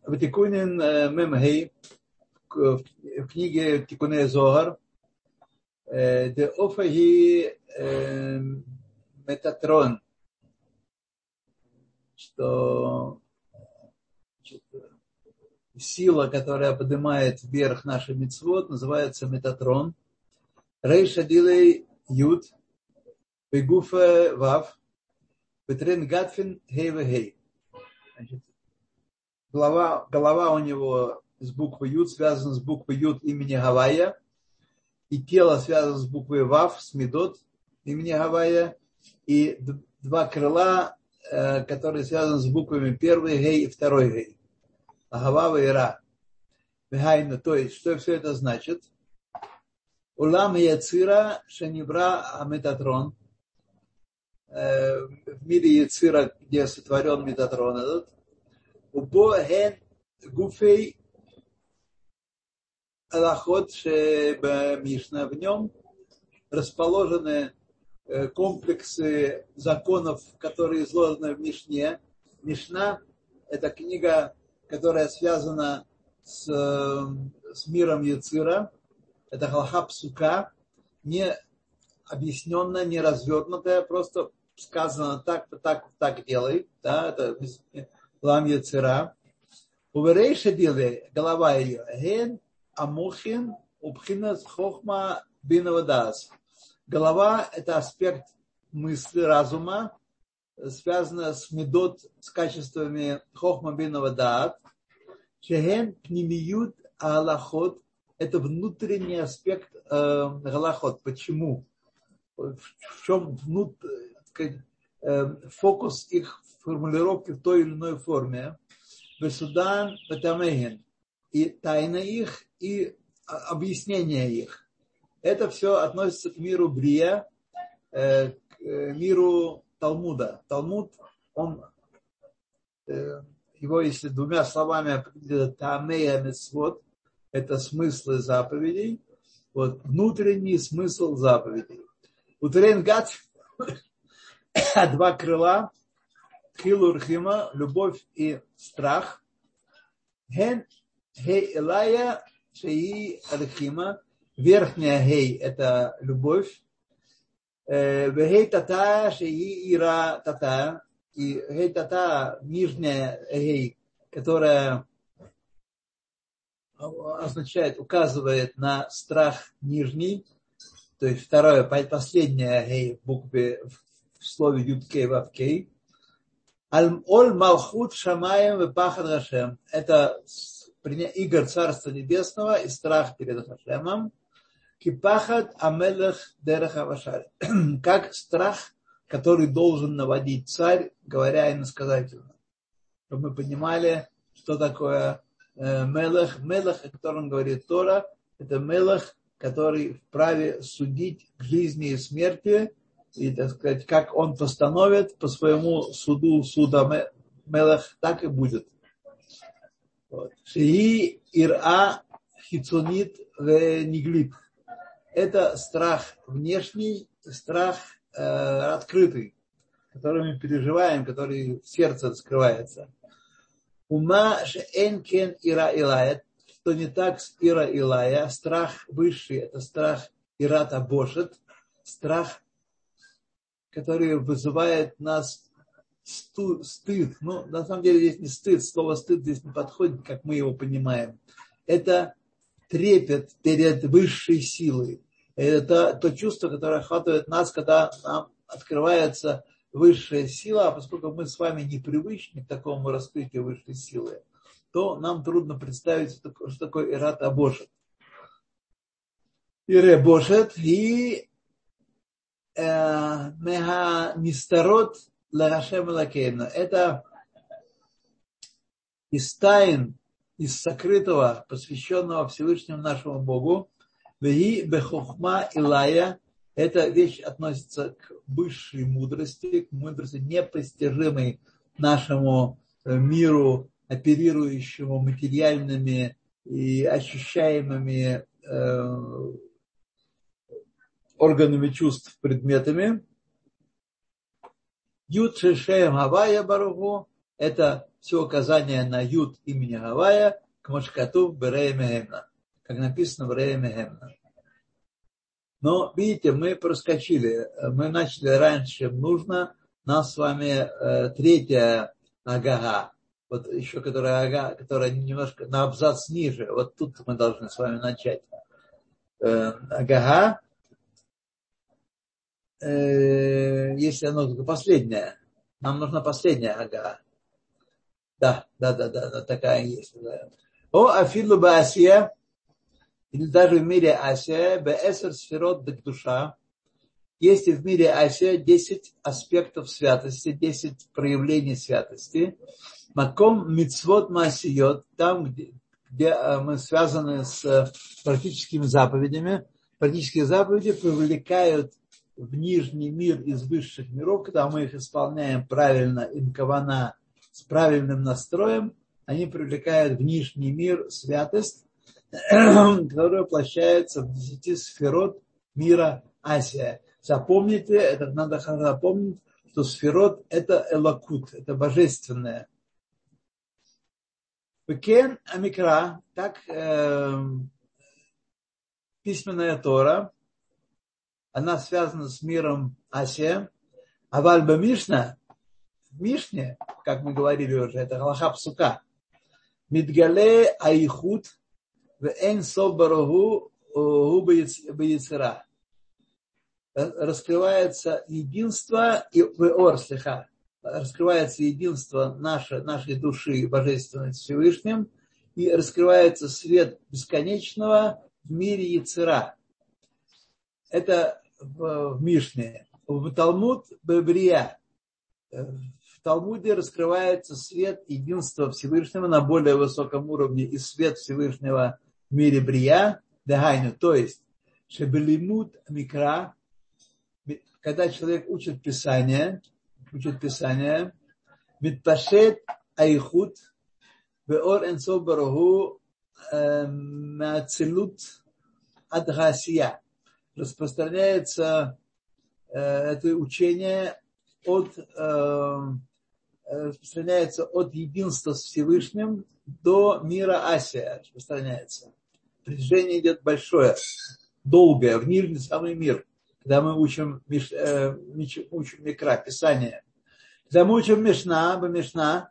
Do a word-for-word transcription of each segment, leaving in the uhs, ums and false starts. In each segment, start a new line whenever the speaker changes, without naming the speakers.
в Тикунин Мемгей, в книге Тикуней Зоар, де офаги Метатрон, что сила, которая поднимает вверх наши мицвот, называется Метатрон. Рейша дилей Юд, Бегуфе Вав, Бетрен Гатфин Хейве Хей. Голова, голова у него с буквой Юд связана с буквой Юд имени Гавайя, и тело связано с буквой Вав, с Медот имени Гавайя, и два крыла, которые связаны с буквами первый Гей и второй Гей. Агавава и Ра. То есть, что все это значит? Улам Яцира Шанибра Аметатрон. В мире Яцира, где сотворен Метатрон этот. Убо Ген Гуфей Алахот Шебе Мишна. В нем расположены комплексы законов, которые изложены в Мишне. Мишна – это книга, которая связана с, с миром Яцира. Это галаха псука, не объясненная, не развернутая, просто сказано так, так, так делай. Да, это лам Яцира. Уверейша делай, голова ее. Ген амухин убхинас хохма бинавадас. Голова – это аспект мысли, разума, связано с медот, с качествами хохма бинавадат. Шеген пнимиют алахот. Это внутренний аспект э, галахот. Почему? В чем внут, э, фокус их формулировки в той или иной форме. Бесудан бетамеген. И тайна их, и объяснение их. Это все относится к миру Брия, э, к миру Талмуда. Талмуд, он, э, его, если двумя словами определить, таамея мицвот, это смыслы заповедей, вот, внутренний смысл заповедей. У Теренгат два крыла, хилур хима, любовь и страх. Ген хей элая шеи архима, верхняя гей – это любовь. Гей тата шеи ира тата, и гей тата, нижняя гей, которая означает, указывает на страх нижний, то есть второе, последнее гей в букве, в слове юдкей вавкей. Аль-оль малхут шамаем и пахад Гашем. Это игр Царства Небесного и страх перед Хашемом. Кипахад амелех дерех авашар. Как страх, который должен наводить царь, говоря иносказательно. Чтобы мы понимали, что такое мелех. Мелех, о котором говорит Тора, это мелех, который вправе судить к жизни и смерти, и, так сказать, как он постановит по своему суду, суда мелех, так и будет. Шии ира хицунит вениглит. Это страх внешний, страх э, открытый, который мы переживаем, который в сердце скрывается. Ума шеэнкен ира илая, что не так с ира илая, страх высший, это страх ирата бошет, страх, который вызывает нас сту, стыд. Ну, на самом деле здесь не стыд, слово стыд здесь не подходит, как мы его понимаем. Это трепет перед высшей силой. Это то чувство, которое охватывает нас, когда нам открывается высшая сила, а поскольку мы с вами не привычны к такому раскрытию высшей силы, то нам трудно представить, что такое ират абошет. Ире бошет и мега нистарот лагашем лакейну. Это из тайн, из сокрытого, посвященного Всевышнему нашему Богу. Веги бехохма илая. Эта вещь относится к высшей мудрости, к мудрости, непостижимой нашему миру, оперирующему материальными и ощущаемыми э, органами чувств, предметами. Юд шешеем Гавайя баруху, Это все указание на Юд имени Гавая, к Машкату Берея Мехемна, как написано в Берея Мехемна. Но, видите, мы проскочили, мы начали раньше, чем нужно. Нас с вами э, третья агага, вот еще которая ага, которая немножко на абзац ниже. Вот тут мы должны с вами начать. Э, агага, э, если оно только последняя, нам нужна последняя агага. Да, да, да, да, да, такая есть. Да. О афилу баасия, или даже в мире Асия, беэсер сферот дек душа. Есть и в мире Асия десять аспектов святости, десять проявлений святости. Маком мицвот маасиот, там, где, где мы связаны с практическими заповедями. Практические заповеди привлекают в нижний мир из высших миров, когда мы их исполняем правильно, инкавана, с правильным настроем, они привлекают в нижний мир святость, которая воплощается в десяти сферот мира Асия. Запомните, это надо запомнить, что сферот – это элокут, это божественное. Пекен амикра, так э, письменная Тора, она связана с миром Асия. А вальба Мишна, в Мишне, как мы говорили уже, это галаха псука, мидгале аихут вэйн собарогу бейцера. Раскрывается единство и веор слиха. Раскрывается единство нашей, нашей души божественной с Всевышним, и раскрывается свет бесконечного в мире Яцера. Это в, в Мишне. В Талмуд Бебрия. В Талмуде раскрывается свет единства Всевышнего на более высоком уровне, и свет Всевышнего в мире Брия, Дагайну, то есть Шебелимут Микра, когда человек учит Писание, учит Писание, Митпашет Айхут, Беор Энсов Барагу, Мацелут Адгасия. Распространяется э, это учение от, э, распространяется от единства с Всевышним до мира Асия. Распространяется. Движение идет большое, долгое, в нижний самый мир. Когда мы учим, миш, э, учим Микра, Писание. Когда мы учим Мишна, Бамишна,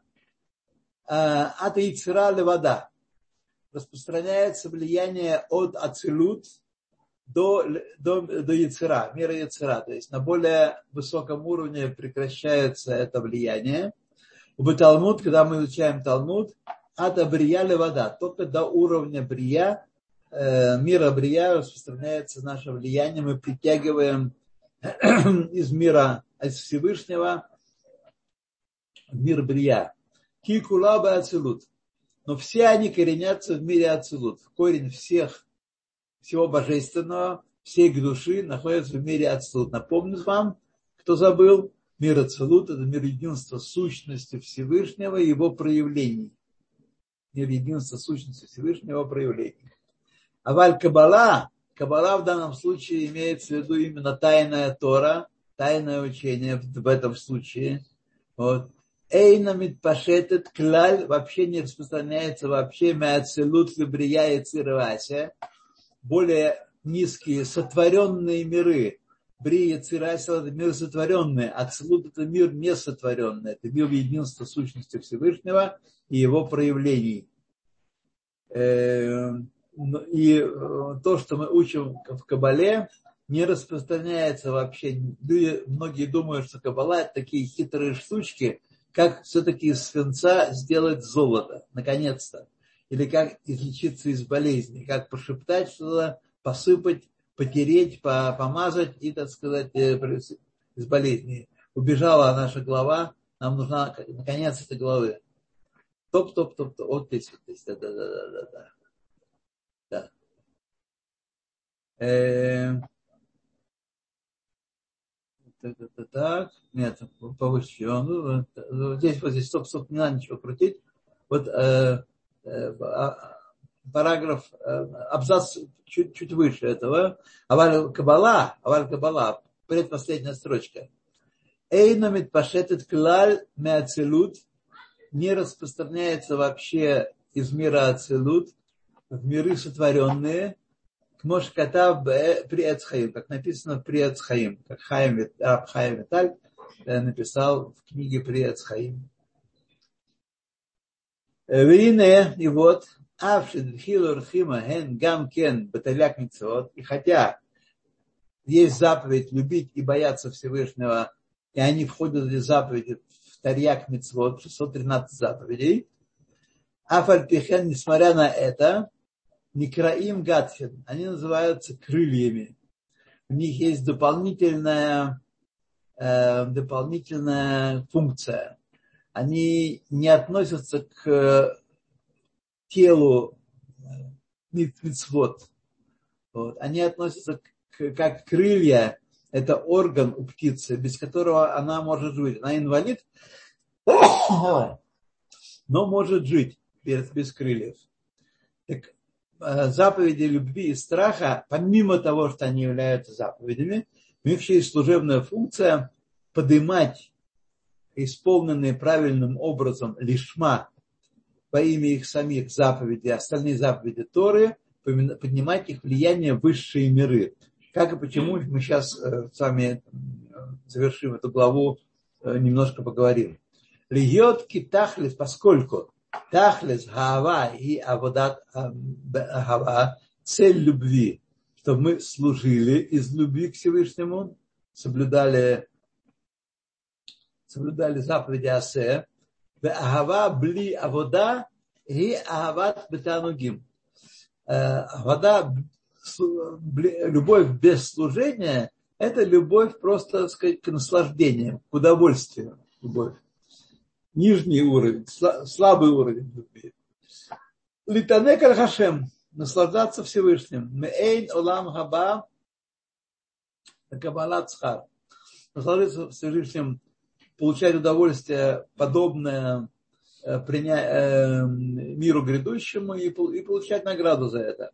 ата Яцера левада. Распространяется влияние от Ацилут до, до, до Яцера, мира Яцера. То есть на более высоком уровне прекращается это влияние. В Талмуд, когда мы изучаем Талмуд, ата Брия левада. Только до уровня Брия, э, мира Брия распространяется наше влияние. Мы притягиваем из мира, из Всевышнего в мир Брия. Кикула ба Ацилут. Но все они коренятся в мире Ацилут. Корень всех, всего божественного, всей души находится в мире Ацилут. Напомню вам, кто забыл, мир Ацилут – это мир единства сущности Всевышнего и его проявлений. Мир единства сущности Всевышнего и его проявлений. А валь Каббала, Каббала в данном случае имеется в виду именно тайная Тора, тайное учение в этом случае. Вот. Эйна митпашетет клаль вообще не распространяется вообще меацилут лебрия и цирвася. Более низкие сотворенные миры. Брия и цирвася это мир сотворенный, а цилут это мир несотворенный. Это мир единства сущности Всевышнего и его проявлений. И то, что мы учим в Каббале, не распространяется вообще. Люди, многие думают, что Каббала это такие хитрые штучки, как все-таки из свинца сделать золото, наконец-то. Или как излечиться из болезни, как пошептать что-то, посыпать, потереть, помазать и, так сказать, из болезни. Убежала наша глава, нам нужна, наконец, этой главы. Топ-топ-топ-топ, вот здесь, вот здесь, да-да-да-да-да. Да. Э- Так, так, так, так. Нет, повыше. Ну, здесь, вот здесь, стоп, стоп, не надо ничего крутить. Вот э, э, параграф, э, абзац чуть, чуть выше этого. Аваль Каббала, Аваль Каббала, предпоследняя строчка. Эйна митпашетет клаль меацилут не распространяется вообще из мира Ацилут в миры сотворенные, к Мошкатав при Эцхаим, как написано при Эцхаим, как Хайм, Раб Хайм Виталь написал в книге при Эцхаим. Вине, и вот, Авшидхилур Хима Ген Гамкен Баталяк Мицвот, и хотя есть заповедь любить и бояться Всевышнего, и они входят в заповеди в Тарьяк Мицвот, шестьсот тринадцать заповедей, Афальпихен, несмотря на это, Никраим Гатфин, они называются крыльями. У них есть дополнительная, э, дополнительная функция. Они не относятся к телу мицвот. Вот. Они относятся к, как крылья. Это орган у птицы, без которого она может жить. Она инвалид, но может жить без, без крыльев. Так, заповеди любви и страха, помимо того, что они являются заповедями, у них еще есть служебная функция поднимать исполненные правильным образом лишма во имя их самих заповедей, остальные заповеди Торы, поднимать их влияние в высшие миры. Как и почему мы сейчас с вами завершим эту главу, немножко поговорим. Льет китахлис, поскольку Тахлес Гаава и Аводат Гаава, цель любви, чтобы мы служили из любви к Всевышнему, соблюдали, соблюдали заповеди Асе, Агава бли Авода и Агават бетанугим. Авода, любовь без служения, это любовь просто, так сказать, к наслаждению, к удовольствию, любовь. Нижний уровень, слабый уровень любви. Литанек аль-Хашем, наслаждаться Всевышним. Меэйн олам хаба кабалат цхар. Наслаждаться Всевышним, получать удовольствие, подобное приня... миру грядущему, и получать награду за это.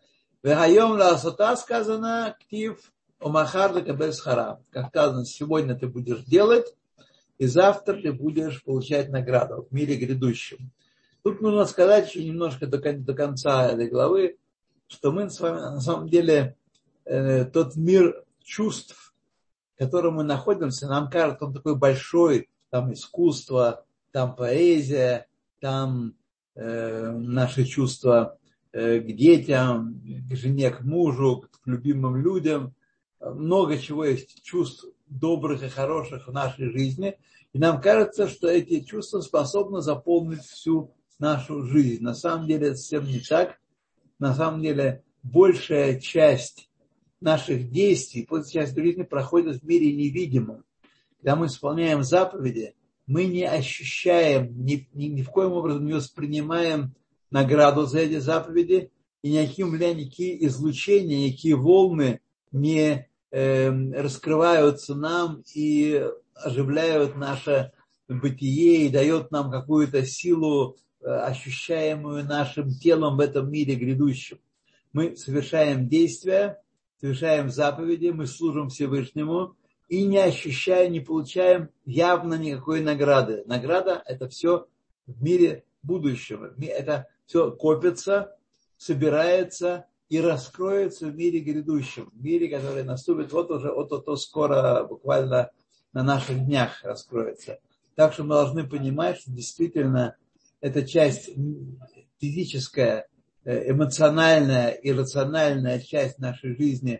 Вехайом ла асота сказано, ктив омахар лекабель схара. Как сказано, сегодня ты будешь делать, и завтра ты будешь получать награду в мире грядущем. Тут нужно сказать еще немножко до, до конца этой главы, что мы с вами на самом деле э, тот мир чувств, в котором мы находимся, нам кажется, он такой большой, там искусство, там поэзия, там э, наши чувства э, к детям, к жене, к мужу, к любимым людям. Много чего есть чувств добрых и хороших в нашей жизни, и нам кажется, что эти чувства способны заполнить всю нашу жизнь. На самом деле это совсем не так. На самом деле большая часть наших действий, большая часть жизни проходит в мире невидимом. Когда мы исполняем заповеди, мы не ощущаем, ни, ни, ни в коем образом не воспринимаем награду за эти заповеди, и никаким, никакие излучения, никакие волны не раскрываются нам и оживляют наше бытие и дает нам какую-то силу, ощущаемую нашим телом в этом мире грядущем. Мы совершаем действия, совершаем заповеди, мы служим Всевышнему и не ощущаем, не получаем явно никакой награды. Награда – это все в мире будущего. Это все копится, собирается и раскроется в мире грядущем, в мире, который наступит вот уже, вот-то скоро, буквально на наших днях раскроется. Так что мы должны понимать, что действительно эта часть физическая, эмоциональная и рациональная часть нашей жизни,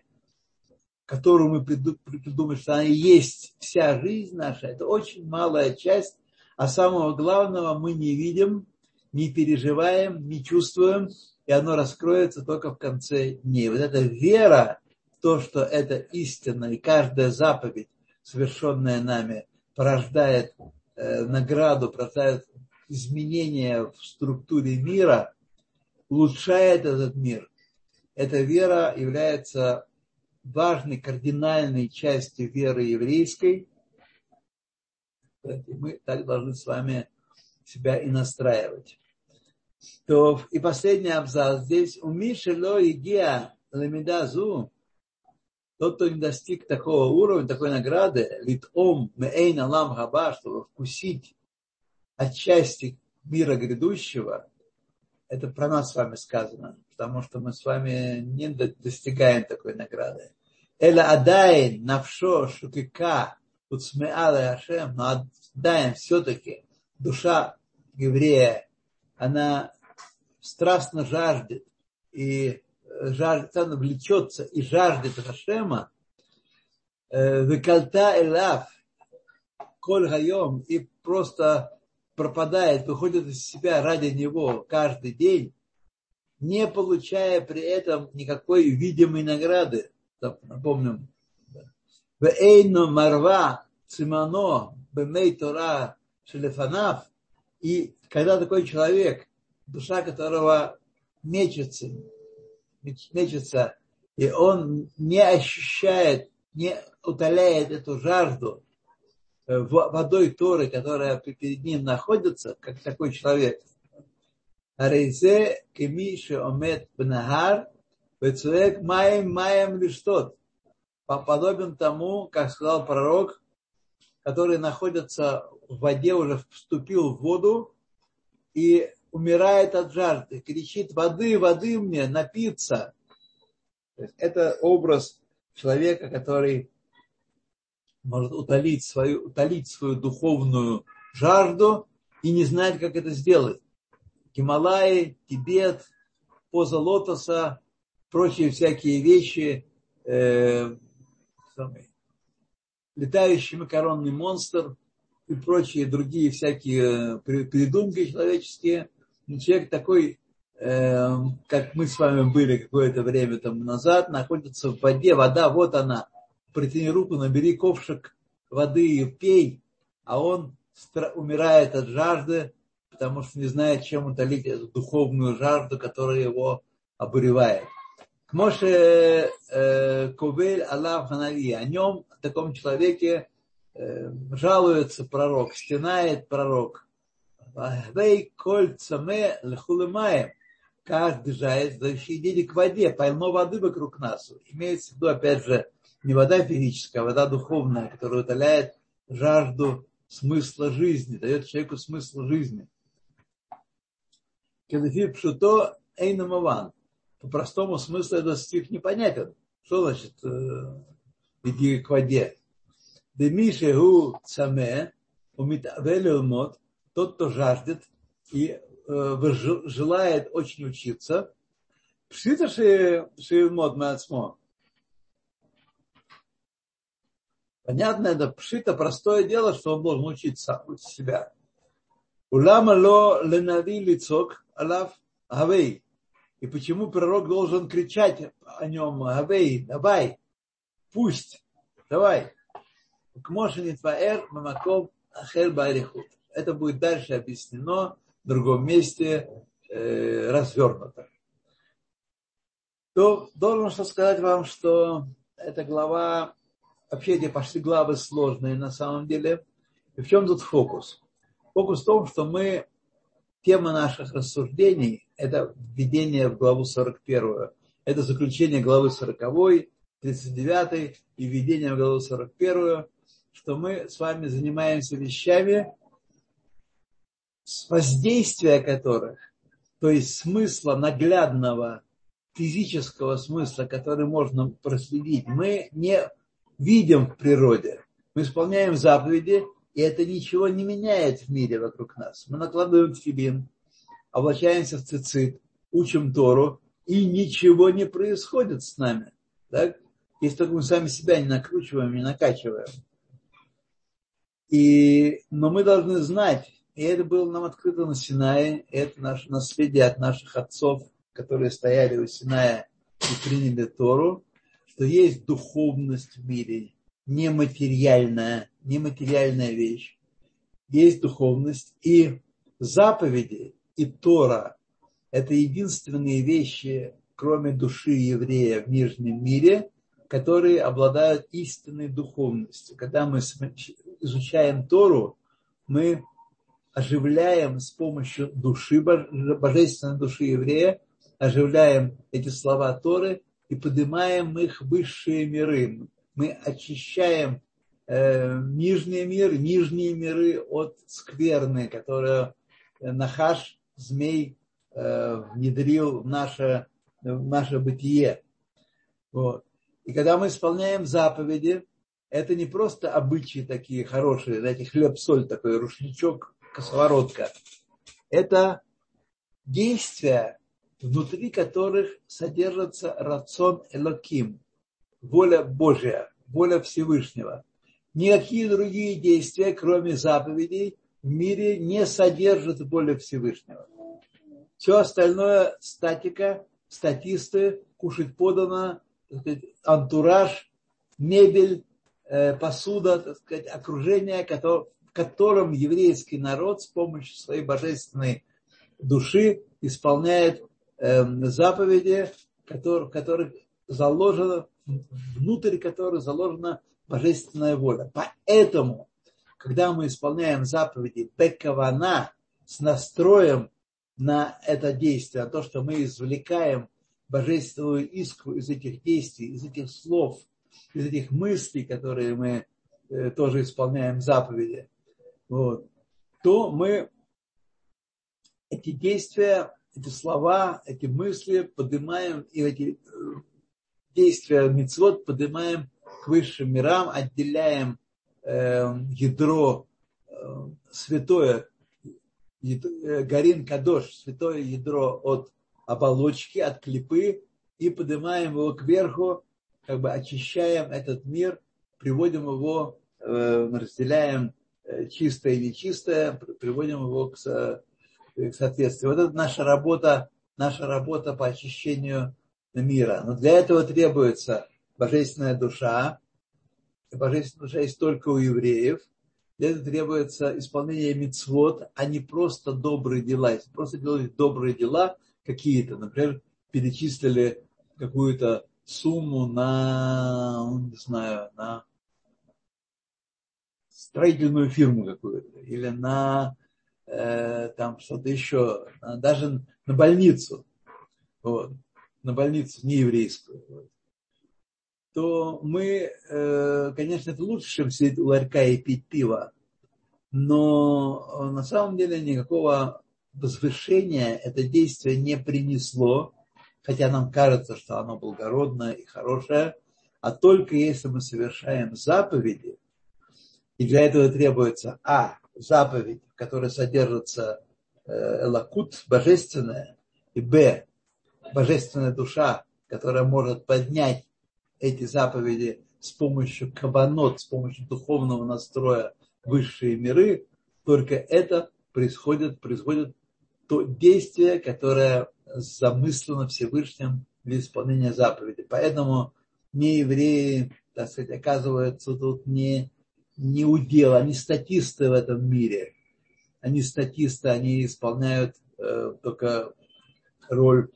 которую мы придумали, что она и есть вся жизнь наша, это очень малая часть, а самого главного мы не видим, не переживаем, не чувствуем, и оно раскроется только в конце дней. Вот эта вера в то, что это истина, и каждая заповедь, совершенная нами, порождает э, награду, порождает изменения в структуре мира, улучшает этот мир. Эта вера является важной, кардинальной частью веры еврейской. Мы так должны с вами себя и настраивать. То, и последний абзац здесь. У Мишело и Геа Лемидазу, тот, кто не достиг такого уровня, такой награды, литом меэйн алам хаба, чтобы вкусить отчасти мира грядущего, это про нас с вами сказано, потому что мы с вами не достигаем такой награды. Эла адайн навшо шукика уцмеала Ашем, но адайн все-таки душа еврея, она страстно жаждет и жаждет, она влечется и жаждет Ашема, векальта элав коль хайом, и просто пропадает, выходит из себя ради него каждый день, не получая при этом никакой видимой награды. Напомним, вэйно марва цимано бэмэй тора шелефанав, и когда такой человек, душа которого мечется, мечется, и он не ощущает, не утоляет эту жажду водой Торы, которая перед ним находится, как такой человек. Арейзе кемиши омет бнахар вецуэк маем маем лиштот. Подобен тому, как сказал пророк, который находится в воде, уже вступил в воду и умирает от жажды, кричит: воды, воды мне, напиться. То есть это образ человека, который может утолить свою, утолить свою духовную жажду и не знает, как это сделать. Гималаи, Тибет, поза лотоса, прочие всякие вещи, э, самый, летающий макаронный монстр и прочие другие всякие придумки человеческие. Но человек такой, э, как мы с вами были какое-то время тому назад, находится в воде, вода, вот она. Протяни руку, набери ковшик воды и пей, а он умирает от жажды, потому что не знает, чем утолить эту духовную жажду, которая его обуревает. К Моше Ковель Алав Ханави, о нем, о таком человеке, э, жалуется пророк, стенает пророк. Вей коль цаме лхулемаем. Каждый жает, дающий денег к воде, полно воды вокруг нас. Имеется в виду, опять же, не вода физическая, а вода духовная, которая утоляет жажду смысла жизни, дает человеку смысл жизни. Кедафи пшуто эйнамаван. По-простому смысл этот стих непонятен. Что значит э, иди к воде? Демише гу цаме умитавелюмот, тот, кто жаждет и э, желает очень учиться. Пшита шеилмот маацмо. Понятно, это пшита, простое дело, что он должен учиться, учить себя. Улама ло ленави лицок алав гавей. И почему пророк должен кричать о нем: гавей, давай, пусть, давай. К мошени тваэр мамаков ахер барихут. Это будет дальше объяснено в другом месте, э, развернуто. То должен что сказать вам, что эта глава, вообще эти пошли главы сложные на самом деле. И в чем тут фокус? Фокус в том, что мы, тема наших рассуждений, это введение в главу сорок первую. Это заключение главы сороковой, тридцать девятой и введение в главу сорок первую, что мы с вами занимаемся вещами, воздействия которых, то есть смысла наглядного, физического смысла, который можно проследить, мы не видим в природе. Мы исполняем заповеди, и это ничего не меняет в мире вокруг нас. Мы накладываем тфилин, облачаемся в цицит, учим Тору, и ничего не происходит с нами. Так? Если только мы сами себя не накручиваем, не накачиваем. И, но мы должны знать, и это было нам открыто на Синае, это наше наследие от наших отцов, которые стояли у Синая и приняли Тору, что есть духовность в мире, нематериальная, нематериальная вещь. Есть духовность, и заповеди, и Тора – это единственные вещи, кроме души еврея в нижнем мире, которые обладают истинной духовностью. Когда мы изучаем Тору, мы оживляем с помощью души, божественной души еврея, оживляем эти слова Торы и поднимаем их в высшие миры. Мы очищаем э, нижний мир, нижние миры от скверны, которую Нахаш, змей, э, внедрил в наше, в наше бытие. Вот. И когда мы исполняем заповеди, это не просто обычаи такие хорошие, знаете, хлеб-соль такой, рушничок, косоворотка. Это действия, внутри которых содержится рацион Элоким, воля Божья, воля Всевышнего. Никакие другие действия, кроме заповедей, в мире не содержат воли Всевышнего. Все остальное статика, статисты, кушать подано, так сказать, антураж, мебель, э, посуда, так сказать, окружение, в котором еврейский народ с помощью своей божественной души исполняет э, заповеди, в которых заложено, внутрь которых заложена божественная воля. Поэтому, когда мы исполняем заповеди бекавана, с настроем на это действие, на то, что мы извлекаем божественную искру из этих действий, из этих слов, из этих мыслей, которые мы э, тоже исполняем заповеди, вот, то мы эти действия, эти слова, эти мысли поднимаем, и эти действия мицвот поднимаем к высшим мирам, отделяем э, ядро э, святое, ядро, Гарин Кадош, святое ядро от оболочки, от клипы, и поднимаем его кверху, как бы очищаем этот мир, приводим его, э, разделяем чистое и нечистое, приводим его к, к соответствию. Вот это наша работа, наша работа по очищению мира. Но для этого требуется божественная душа. И божественная душа есть только у евреев. Для этого требуется исполнение мицвот, а не просто добрые дела. Если просто делать добрые дела какие-то, например, перечислили какую-то сумму на, не знаю, на строительную фирму какую-то, или на э, там что-то еще, даже на больницу, вот, на больницу нееврейскую, вот, то мы, э, конечно, это лучше, чем сидеть у ларька и пить пиво, но на самом деле никакого возвышения это действие не принесло, хотя нам кажется, что оно благородное и хорошее, а только если мы совершаем заповеди. И для этого требуется а. заповедь, в которой содержится элокут, божественная, и б. божественная душа, которая может поднять эти заповеди с помощью кабанот, с помощью духовного настроя в высшие миры. Только это происходит, происходит то действие, которое замыслено Всевышним для исполнения заповедей. Поэтому неевреи, так сказать, оказываются тут не не удел, они статисты в этом мире. Они статисты, они исполняют э, только роль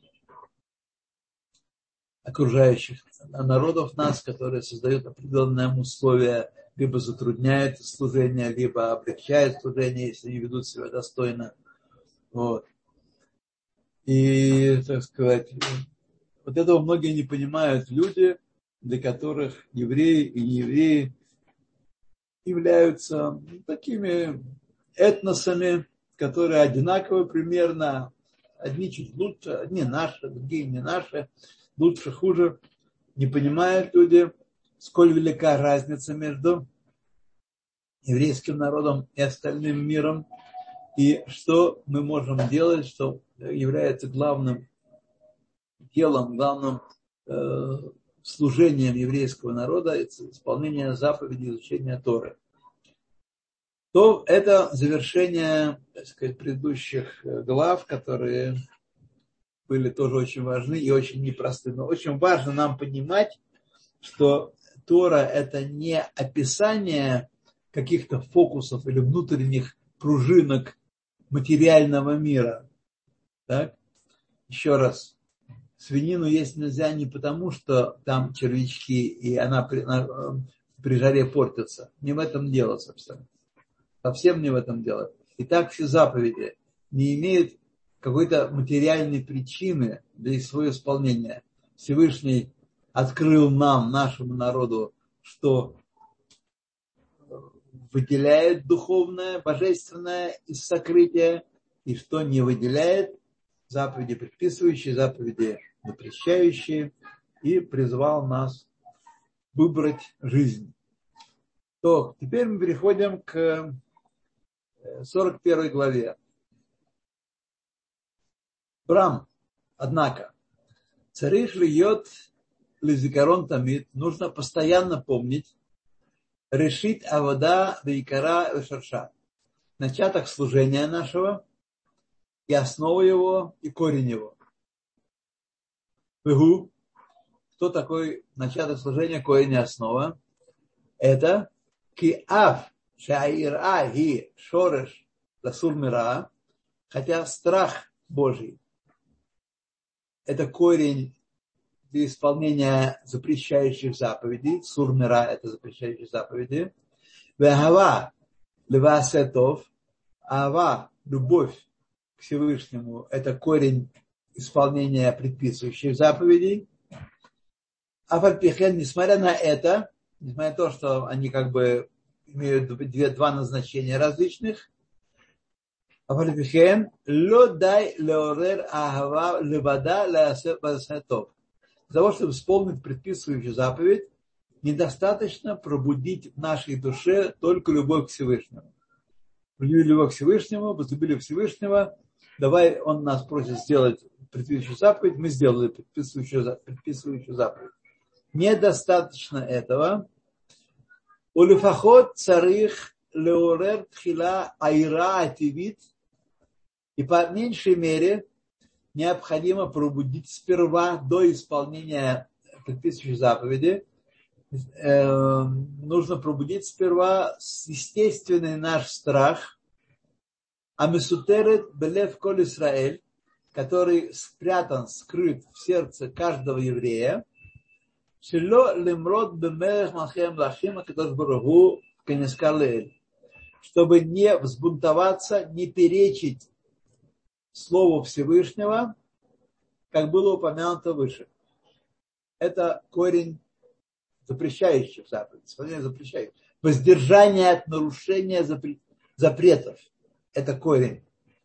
окружающих народов нас, которые создают определенные условия, либо затрудняют служение, либо облегчают служение, если не ведут себя достойно. Вот. И, так сказать, вот этого многие не понимают люди, для которых евреи и неевреи являются такими этносами, которые одинаковы примерно, одни чуть лучше, одни наши, другие не наши, лучше, хуже. Не понимают люди, сколь велика разница между еврейским народом и остальным миром, и что мы можем делать, что является главным делом, главным э, служением еврейского народа, это исполнение заповедей, изучения Торы. То это завершение, так сказать, предыдущих глав, которые были тоже очень важны и очень непросты. Но очень важно нам понимать, что Тора – это не описание каких-то фокусов или внутренних пружинок материального мира. Так? Еще раз. Свинину есть нельзя не потому, что там червячки, и она при, при жаре портится. Не в этом дело, собственно. Совсем не в этом дело. И так все заповеди не имеют какой-то материальной причины для своего исполнения. Всевышний открыл нам, нашему народу, что выделяет духовное, божественное из сокрытия, и что не выделяет, заповеди предписывающие, заповеди запрещающие, и призвал нас выбрать жизнь. То теперь мы переходим к сорок первой главе. Брам, однако, царих льет лизикарон тамид, нужно постоянно помнить, решит авода вейкара вешарша, начаток служения нашего, и основа его, и корень его. Вегу, кто такой начаток служения, корень и основа? Это киав шаира ги шореш ласур мира, хотя страх Божий – это корень для исполнения запрещающих заповедей. Сур мира – это запрещающие заповеди. Вегава левасетов, ава – любовь к Всевышнему – это корень исполнения предписывающих заповедей. А фальпихен, несмотря на это, несмотря на то, что они как бы имеют две, два назначения различных, а фальпихен, ло дай леорер агава левада леасетов. Для того, чтобы исполнить предписывающую заповедь, недостаточно пробудить в нашей душе только любовь к Всевышнему. Любовь к Всевышнему, возлюбили Всевышнего, давай, он нас просит сделать предписывающую заповедь, мы сделали предписывающую, предписывающую заповедь. Недостаточно этого. Улифахот царих леорер тхила айра ативит. И по меньшей мере необходимо пробудить сперва до исполнения предписывающей заповеди. Э, нужно пробудить сперва естественный наш страх. Амисутерет белев коль Исраэль, который спрятан, скрыт в сердце каждого еврея. Шело лимрод бемелех малхем лахим акадош баруху канискалель, чтобы не взбунтоваться, не перечить Слову Всевышнего, как было упомянуто выше. Это корень запрещающих заповедей, исполнение запрещающих. Воздержание от нарушения запретов. Это корень.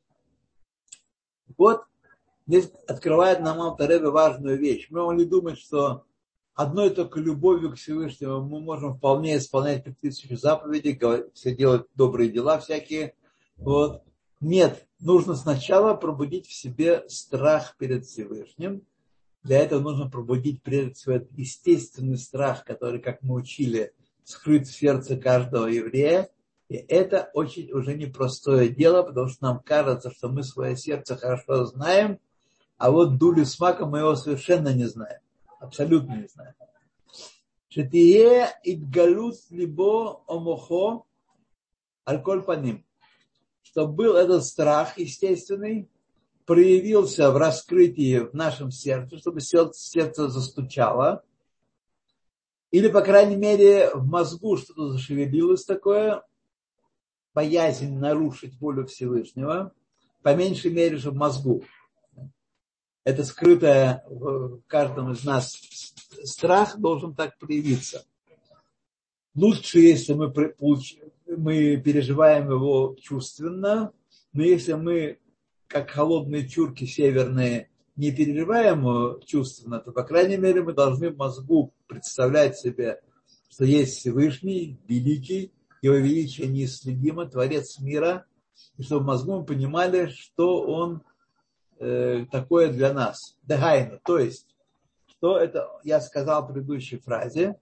Вот здесь открывает нам Алтер Ребе важную вещь. Мы могли думать, что одной только любовью к Всевышнему мы можем вполне исполнять предписывающие заповеди, все делать добрые дела всякие. Вот. Нет, нужно сначала пробудить в себе страх перед Всевышним. Для этого нужно пробудить прежде всего этот естественный страх, который, как мы учили, скрыт в сердце каждого еврея. И это очень уже непростое дело, потому что нам кажется, что мы свое сердце хорошо знаем, а вот дулю с маком мы его совершенно не знаем. Абсолютно не знаем. Шетие идгалут либо омохо аль-коль паним. Чтобы был этот страх естественный, проявился в раскрытии в нашем сердце, чтобы сердце застучало, или, по крайней мере, в мозгу что-то зашевелилось такое, боязнь нарушить волю Всевышнего, по меньшей мере же в мозгу. Это скрытое в каждом из нас страх должен так проявиться. Лучше, если мы, мы переживаем его чувственно, но если мы, как холодные чурки северные, не переживаем его чувственно, то, по крайней мере, мы должны в мозгу представлять себе, что есть Всевышний, великий, его величие неисследимо, Творец мира, и чтобы в мозгу мы понимали, что он э, такое для нас. Дагайна, то есть, что это, я сказал в предыдущей фразе,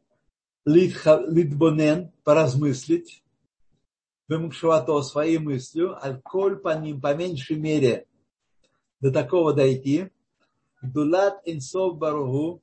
литбонен, поразмыслить, вымукшевато своей мыслью, аль-коль по ним, по меньшей мере, до такого дойти, дулат инсов баругу,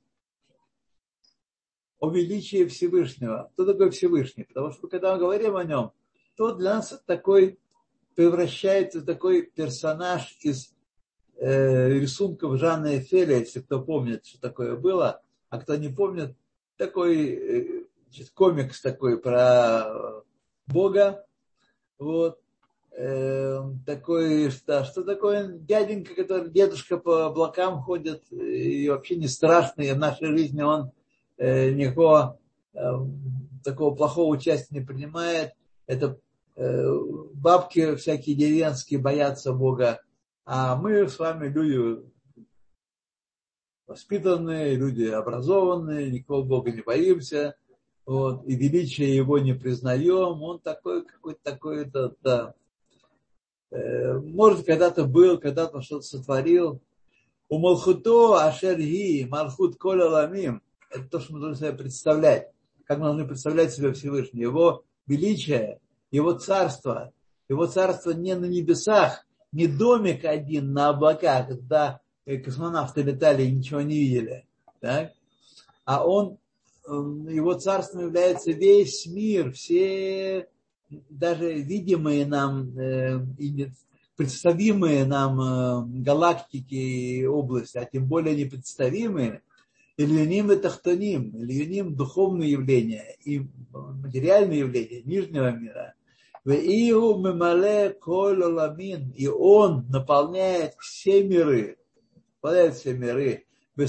о величии Всевышнего. Кто такой Всевышний? Потому что когда мы говорим о нем, то для нас такой превращается в такой персонаж из э, рисунков Жанна Эфеля, если кто помнит, что такое было, а кто не помнит, такой э, комикс такой про Бога. Вот. Э, такой, что, что такое дяденька, который, дедушка по облакам ходит, и вообще не страшный, в нашей жизни он никакого э, такого плохого участия не принимает. Это э, бабки всякие деревенские боятся Бога, а мы с вами люди воспитанные, люди образованные, никакого Бога не боимся, вот, и величие его не признаем, он такой, какой-то такой-то, да. Э, может, когда-то был, когда-то что-то сотворил. У Малхуто Ашерги, Малхут Коля Ламим, это то, что мы должны себе представлять. Как мы должны представлять себе Всевышнего. Его величие, его царство. Его царство не на небесах, не домик один на облаках, когда космонавты летали и ничего не видели. Так? А он, его царством является весь мир, все даже видимые нам, представимые нам галактики и области, а тем более непредставимые, Ильюним и Тахтоним, Ильюним – духовные явления и материальные явления нижнего мира. И он наполняет все миры, наполняет все миры,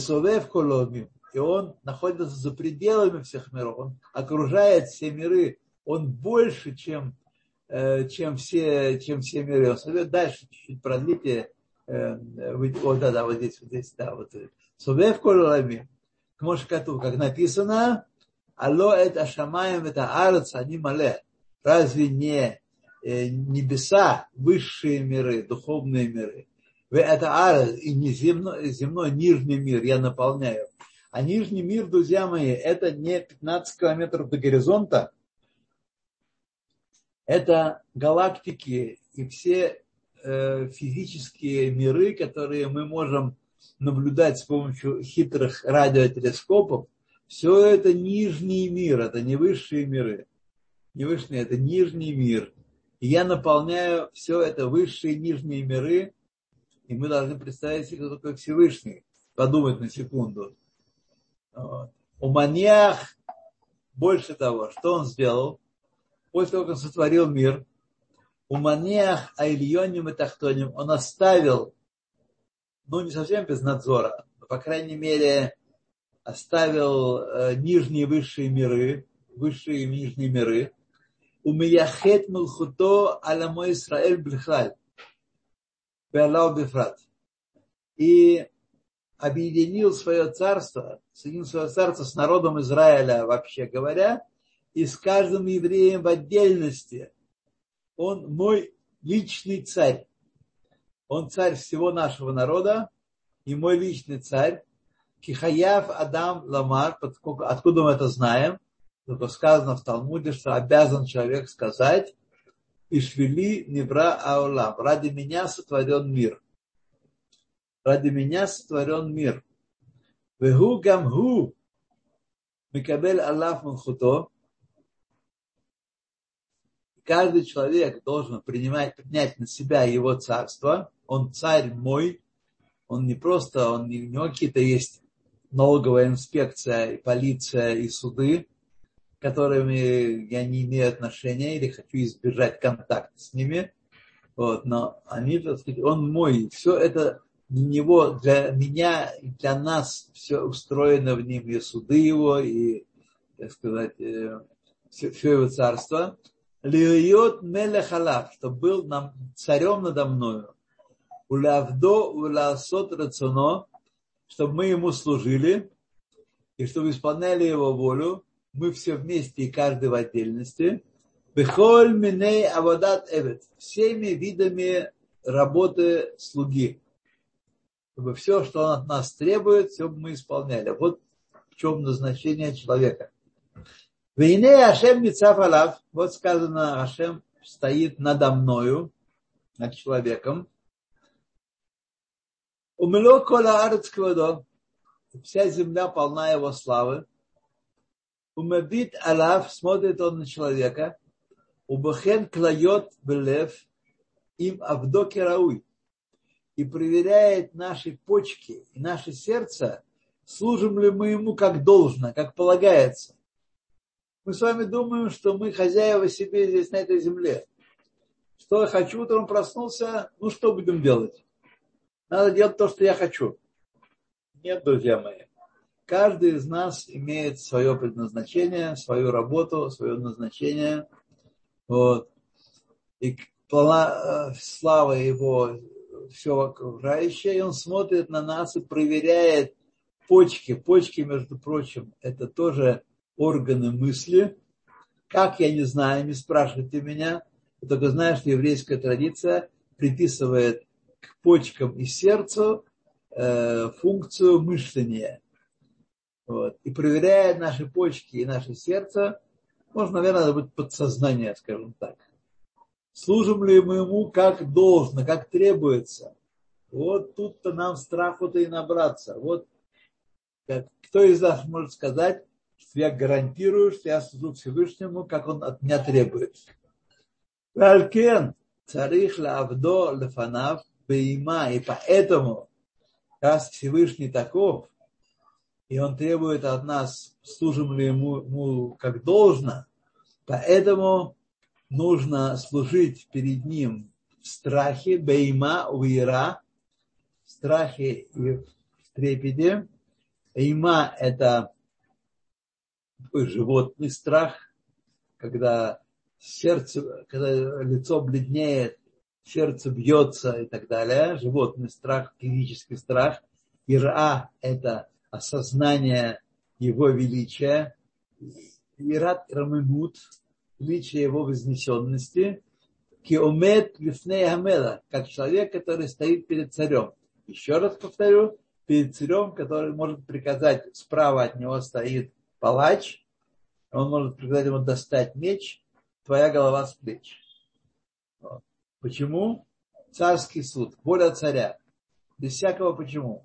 и он находится за пределами всех миров, он окружает все миры, он больше, чем, чем, все, чем все миры. Он дальше чуть-чуть продлите, вот, да, да, вот здесь, вот здесь, да, вот. Совев кололамим. Как написано, алло это шамаем, это арец, они мале. Разве не небеса, высшие миры, духовные миры? Это арец, и не земной, земной нижний мир я наполняю. А нижний мир, друзья мои, это не пятнадцать километров до горизонта. Это галактики и все э, физические миры, которые мы можем наблюдать с помощью хитрых радиотелескопов, все это нижний мир, это не высшие миры. Не высшие, это нижний мир. И я наполняю все это высшие и нижние миры, и мы должны представить себе, кто такой Всевышний. Подумать на секунду. Вот. У Маньях, больше того, что он сделал, после того, как он сотворил мир, у Маньях, Айльоним и Тахтоним, он оставил, ну, не совсем без надзора, но, по крайней мере, оставил э, нижние и высшие миры, высшие и нижние миры. У Мияхет Мулхуто Аламо Исраэль Бельхаль. Беалау Бефрат. И объединил свое царство, соединил свое царство с народом Израиля, вообще говоря, и с каждым евреем в отдельности. Он мой личный царь. Он царь всего нашего народа и мой личный царь. Кихаяв Адам Ламар, откуда мы это знаем? Только сказано в Талмуде, что обязан человек сказать: Ишвили Нивра Аулам. Ради меня сотворен мир. Ради меня сотворен мир. Вегу гамгу микабель Аллах Мунхуто. Каждый человек должен принимать, принять на себя его царство. Он царь мой. Он не просто, он не, у него какие-то есть налоговая инспекция, и полиция, и суды, к которым я не имею отношения или хочу избежать контакта с ними. Вот, но они, так сказать, он мой. Все это для него, для меня и для нас все устроено в нем, и суды его, и, так сказать, все, все его царство. Лиот мелех алав, что был нам царем надо мною. Улавдо уласот рацоно, чтобы мы ему служили, и чтобы исполняли его волю, мы все вместе и каждый в отдельности. Бехоль миней аводат эвет, всеми видами работы слуги. Чтобы все, что он от нас требует, все бы мы исполняли. Вот в чем назначение человека. Вейне Ашем ницав алав, вот сказано, Ашем стоит надо мною, над человеком. Умело кола арец квадо, вся земля полна его славы. Умебит алав, смотрит он на человека. Убахен клайот белев, им авдоки рауй. И проверяет наши почки и наше сердце, служим ли мы ему как должно, как полагается. Мы с вами думаем, что мы хозяева себе здесь, на этой земле. Что я хочу, утром проснулся, ну что будем делать? Надо делать то, что я хочу. Нет, друзья мои. Каждый из нас имеет свое предназначение, свою работу, свое назначение. Вот. И полна слава его все окружающее, и он смотрит на нас и проверяет почки. Почки, между прочим, это тоже органы мысли. Как, я не знаю, не спрашивайте меня. Я только знаю, что еврейская традиция приписывает к почкам и сердцу э, функцию мышления. Вот. И проверяет наши почки и наше сердце, может, наверное, надо быть подсознание, скажем так. Служим ли мы ему как должно, как требуется? Вот тут-то нам страху-то и набраться. Вот как, кто из нас может сказать, что я гарантирую, что я служу Всевышнему, как он от меня требует. Валькен царих лавдо лефанав бейма. И поэтому, раз Всевышний таков, и он требует от нас, служим ли ему, ему как должно, поэтому нужно служить перед ним в страхе, бейма, уира, в страхе и в трепете. Бейма – это такой животный страх, когда сердце, когда лицо бледнеет, сердце бьется и так далее. Животный страх, физический страх. Ира – это осознание его величия. Ират рамимут, величие его вознесенности. Киомет лифней хамела, как человек, который стоит перед царем. Еще раз повторю, перед царем, который может приказать, справа от него стоит палач, он может приказать ему достать меч, твоя голова с плеч. Вот. Почему? Царский суд, воля царя. Без всякого почему.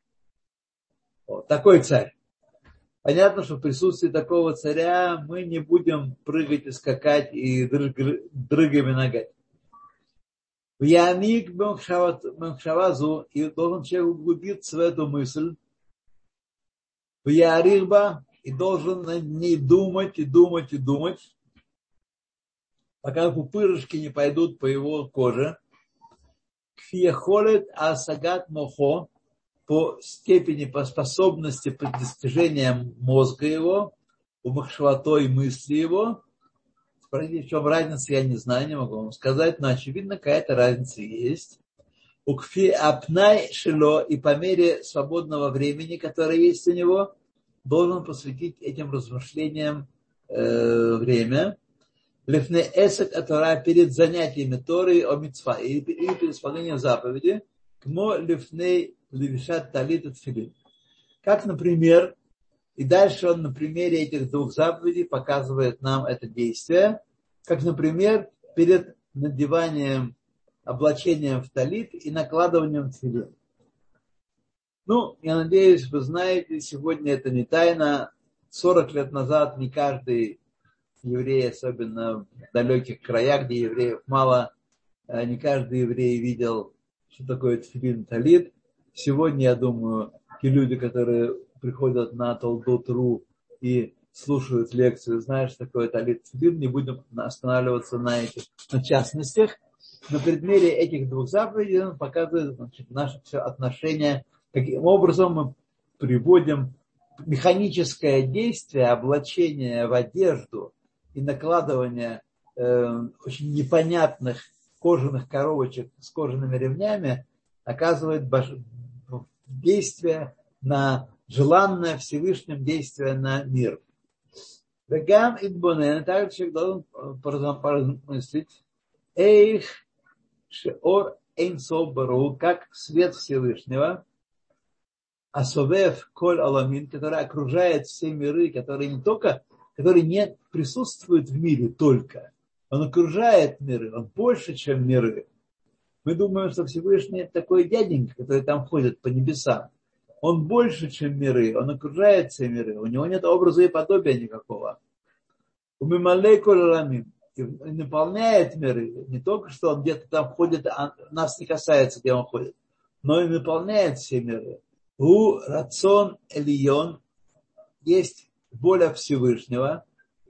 Вот. Такой царь. Понятно, что в присутствии такого царя мы не будем прыгать и скакать и дрыгами ногать. В Яник Бенхшавазу, и должен человек углубиться в эту мысль. В Ярихба, и должен на ней думать, и думать, и думать, пока пупырышки не пойдут по его коже. Кфиехолет асагат мохо, по степени, по способности, по достижениям мозга его, умахшватой мысли его. Спросите, в чем разница, я не знаю, не могу вам сказать, но очевидно, какая-то разница есть. Укфи апнай шило, и по мере свободного времени, которое есть у него, должен посвятить этим размышлениям э, время. Лифне эсек атора, перед занятиями Торы о мицва, и перед исполнением заповеди, кмо лифней левишат талит от филин. Как, например, и дальше он на примере этих двух заповедей показывает нам это действие, как, например, перед надеванием, облачением в талит и накладыванием тфилин. Ну, я надеюсь, вы знаете, сегодня это не тайна. сорок лет назад не каждый еврей, особенно в далеких краях, где евреев мало, не каждый еврей видел, что такое тфилин талит. Сегодня, я думаю, те люди, которые приходят на Толдот.ру и слушают лекцию, знают, что такое талит тфилин, не будем останавливаться на этих на частностях. На предмере этих двух заповедей он показывает, значит, наше все отношение, каким образом мы приводим механическое действие облачения в одежду и накладывания э, очень непонятных кожаных коробочек с кожаными ремнями, оказывает действие на желанное Всевышним действие на мир. Вегам идбонен, также человек должен поразмыслить, эйх шеор эйнсов бару, как свет Всевышнего, асовев коль аламин, который окружает все миры, которые не только, которые не присутствуют в мире только, он окружает миры, он больше, чем миры. Мы думаем, что Всевышний это такой дяденька, который там ходит по небесам. Он больше, чем миры, он окружает все миры, у него нет образа и подобия никакого. У мималей коль аламин, и наполняет миры, не только что он где-то там ходит, а нас не касается, где он ходит, но и наполняет все миры. У рацион элион, есть воля Всевышнего.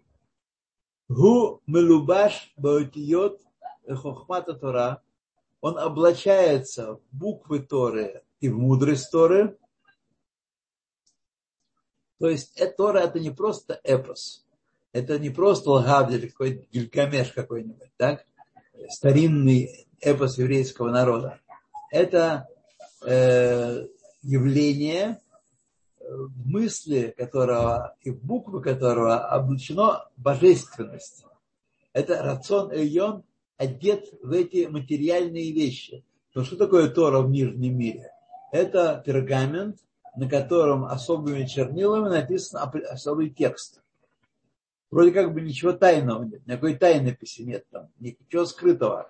Гу мелубаш баотиот хохмата Тора, он облачается в буквы Торы и в мудрость Торы. То есть Тора это не просто эпос. Это не просто Лагавдь или какой-то Гильгамеш какой-нибудь, так? Старинный эпос еврейского народа. Это э, явление, в мысли которого и в буквы которого облачено божественность. Это рацион эльон, одет в эти материальные вещи. Но что такое Тора в нижнем мире? Это пергамент, на котором особыми чернилами написан особый текст. Вроде как бы ничего тайного нет, никакой тайнописи нет там, ничего скрытого.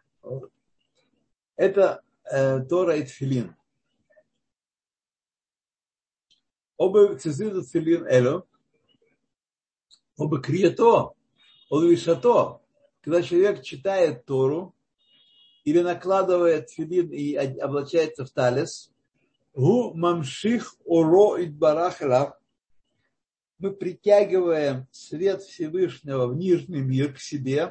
Это э, Тора и Тфилин. Оба цизиду Тфилин элю, оба крието, оба вишато. Когда человек читает Тору или накладывает тфилин и облачается в талис, гу мамших оро идбарах элав, мы притягиваем свет Всевышнего в нижний мир к себе,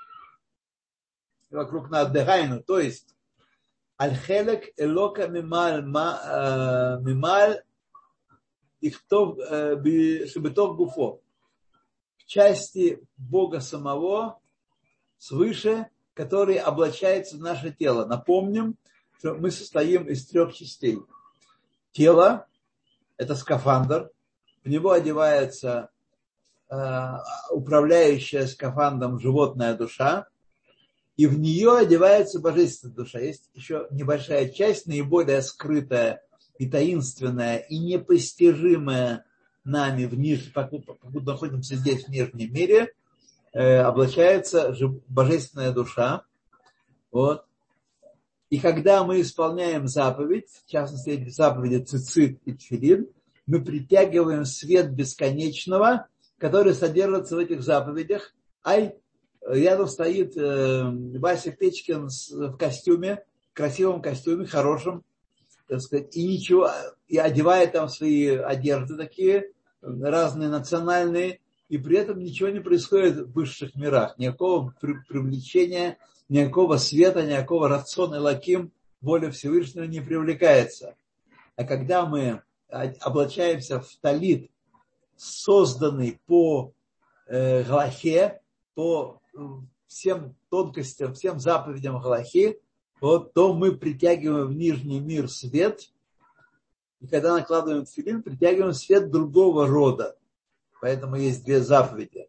вокруг нас дегайну, то есть аль-хелек элока мималь мималь ихтов шебетов гуфо, в части Бога самого свыше, который облачается в наше тело. Напомним, что мы состоим из трех частей. Тело – это скафандр, в него одевается э, управляющая скафандром животная душа, и в нее одевается божественная душа. Есть еще небольшая часть, наиболее скрытая и таинственная, и непостижимая нами, в ниж... покуда находимся здесь, в нижнем мире, э, облачается божественная душа. Вот. И когда мы исполняем заповедь, в частности, эти заповеди цицит и тфилин, мы притягиваем свет бесконечного, который содержится в этих заповедях. Ай, рядом стоит э, Вася Печкин в костюме, красивом костюме, хорошем, так сказать, и ничего, и одевает там свои одежды такие, разные национальные, и при этом ничего не происходит в высших мирах, никакого при, привлечения, никакого света, никакого рациона лаким, воля Всевышнего не привлекается. А когда мы облачаемся в талит, созданный по э, галахе, по всем тонкостям, всем заповедям галахи, вот, то мы притягиваем в нижний мир свет, и когда накладываем тфилин, притягиваем свет другого рода. Поэтому есть две заповеди.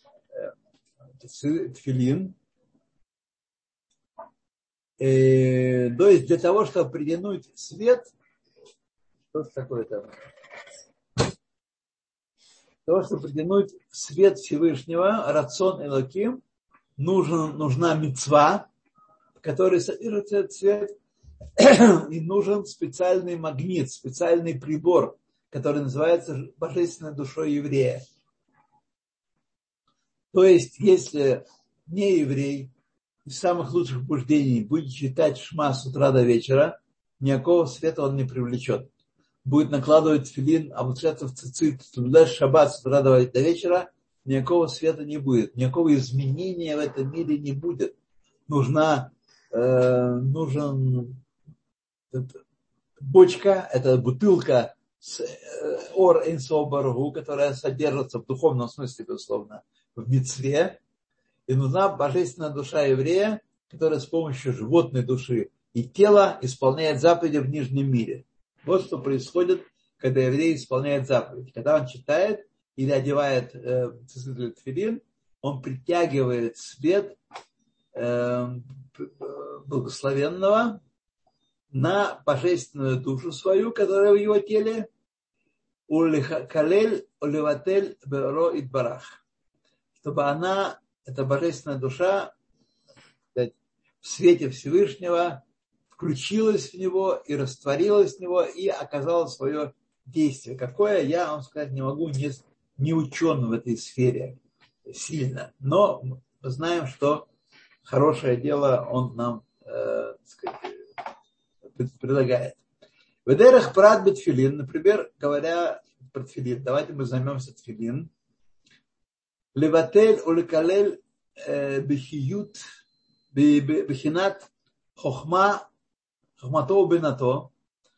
Тфилин. Э, то есть для того, чтобы притянуть свет, что такое там? Для того, чтобы притянуть свет Всевышнего, рацион элоким, нужен, нужна мицва, в которой содержится этот свет, и нужен специальный магнит, специальный прибор, который называется божественной душой еврея. То есть, если не еврей из самых лучших побуждений будет читать шма с утра до вечера, никакого света он не привлечет. Будет накладывать тфилин, облачаться в цицит, соблюдать шаббат с утра до вечера, никакого света не будет, никакого изменения в этом мире не будет. Нужна, э, нужен бочка, это бутылка с ор эйнсов баруху, которая содержится в духовном смысле, безусловно, в мицве, и нужна божественная душа еврея, которая с помощью животной души и тела исполняет заповеди в нижнем мире. Вот что происходит, когда еврей исполняет заповедь. Когда он читает или одевает э, тфилин, он притягивает свет э, благословенного на божественную душу свою, которая в его теле, улихакалель уливатель беро идбарах, чтобы она, эта божественная душа, в свете Всевышнего включилась в него и растворилась в него и оказала свое действие. Какое, я вам сказать не могу, не, не учен в этой сфере сильно, но мы знаем, что хорошее дело он нам э, сказать, предлагает. В Эдерах прат бетфилин, например, говоря про тфилин, давайте мы займемся тфилин. Леватель улекалель бехиют бехинат хохма хохмато бенато,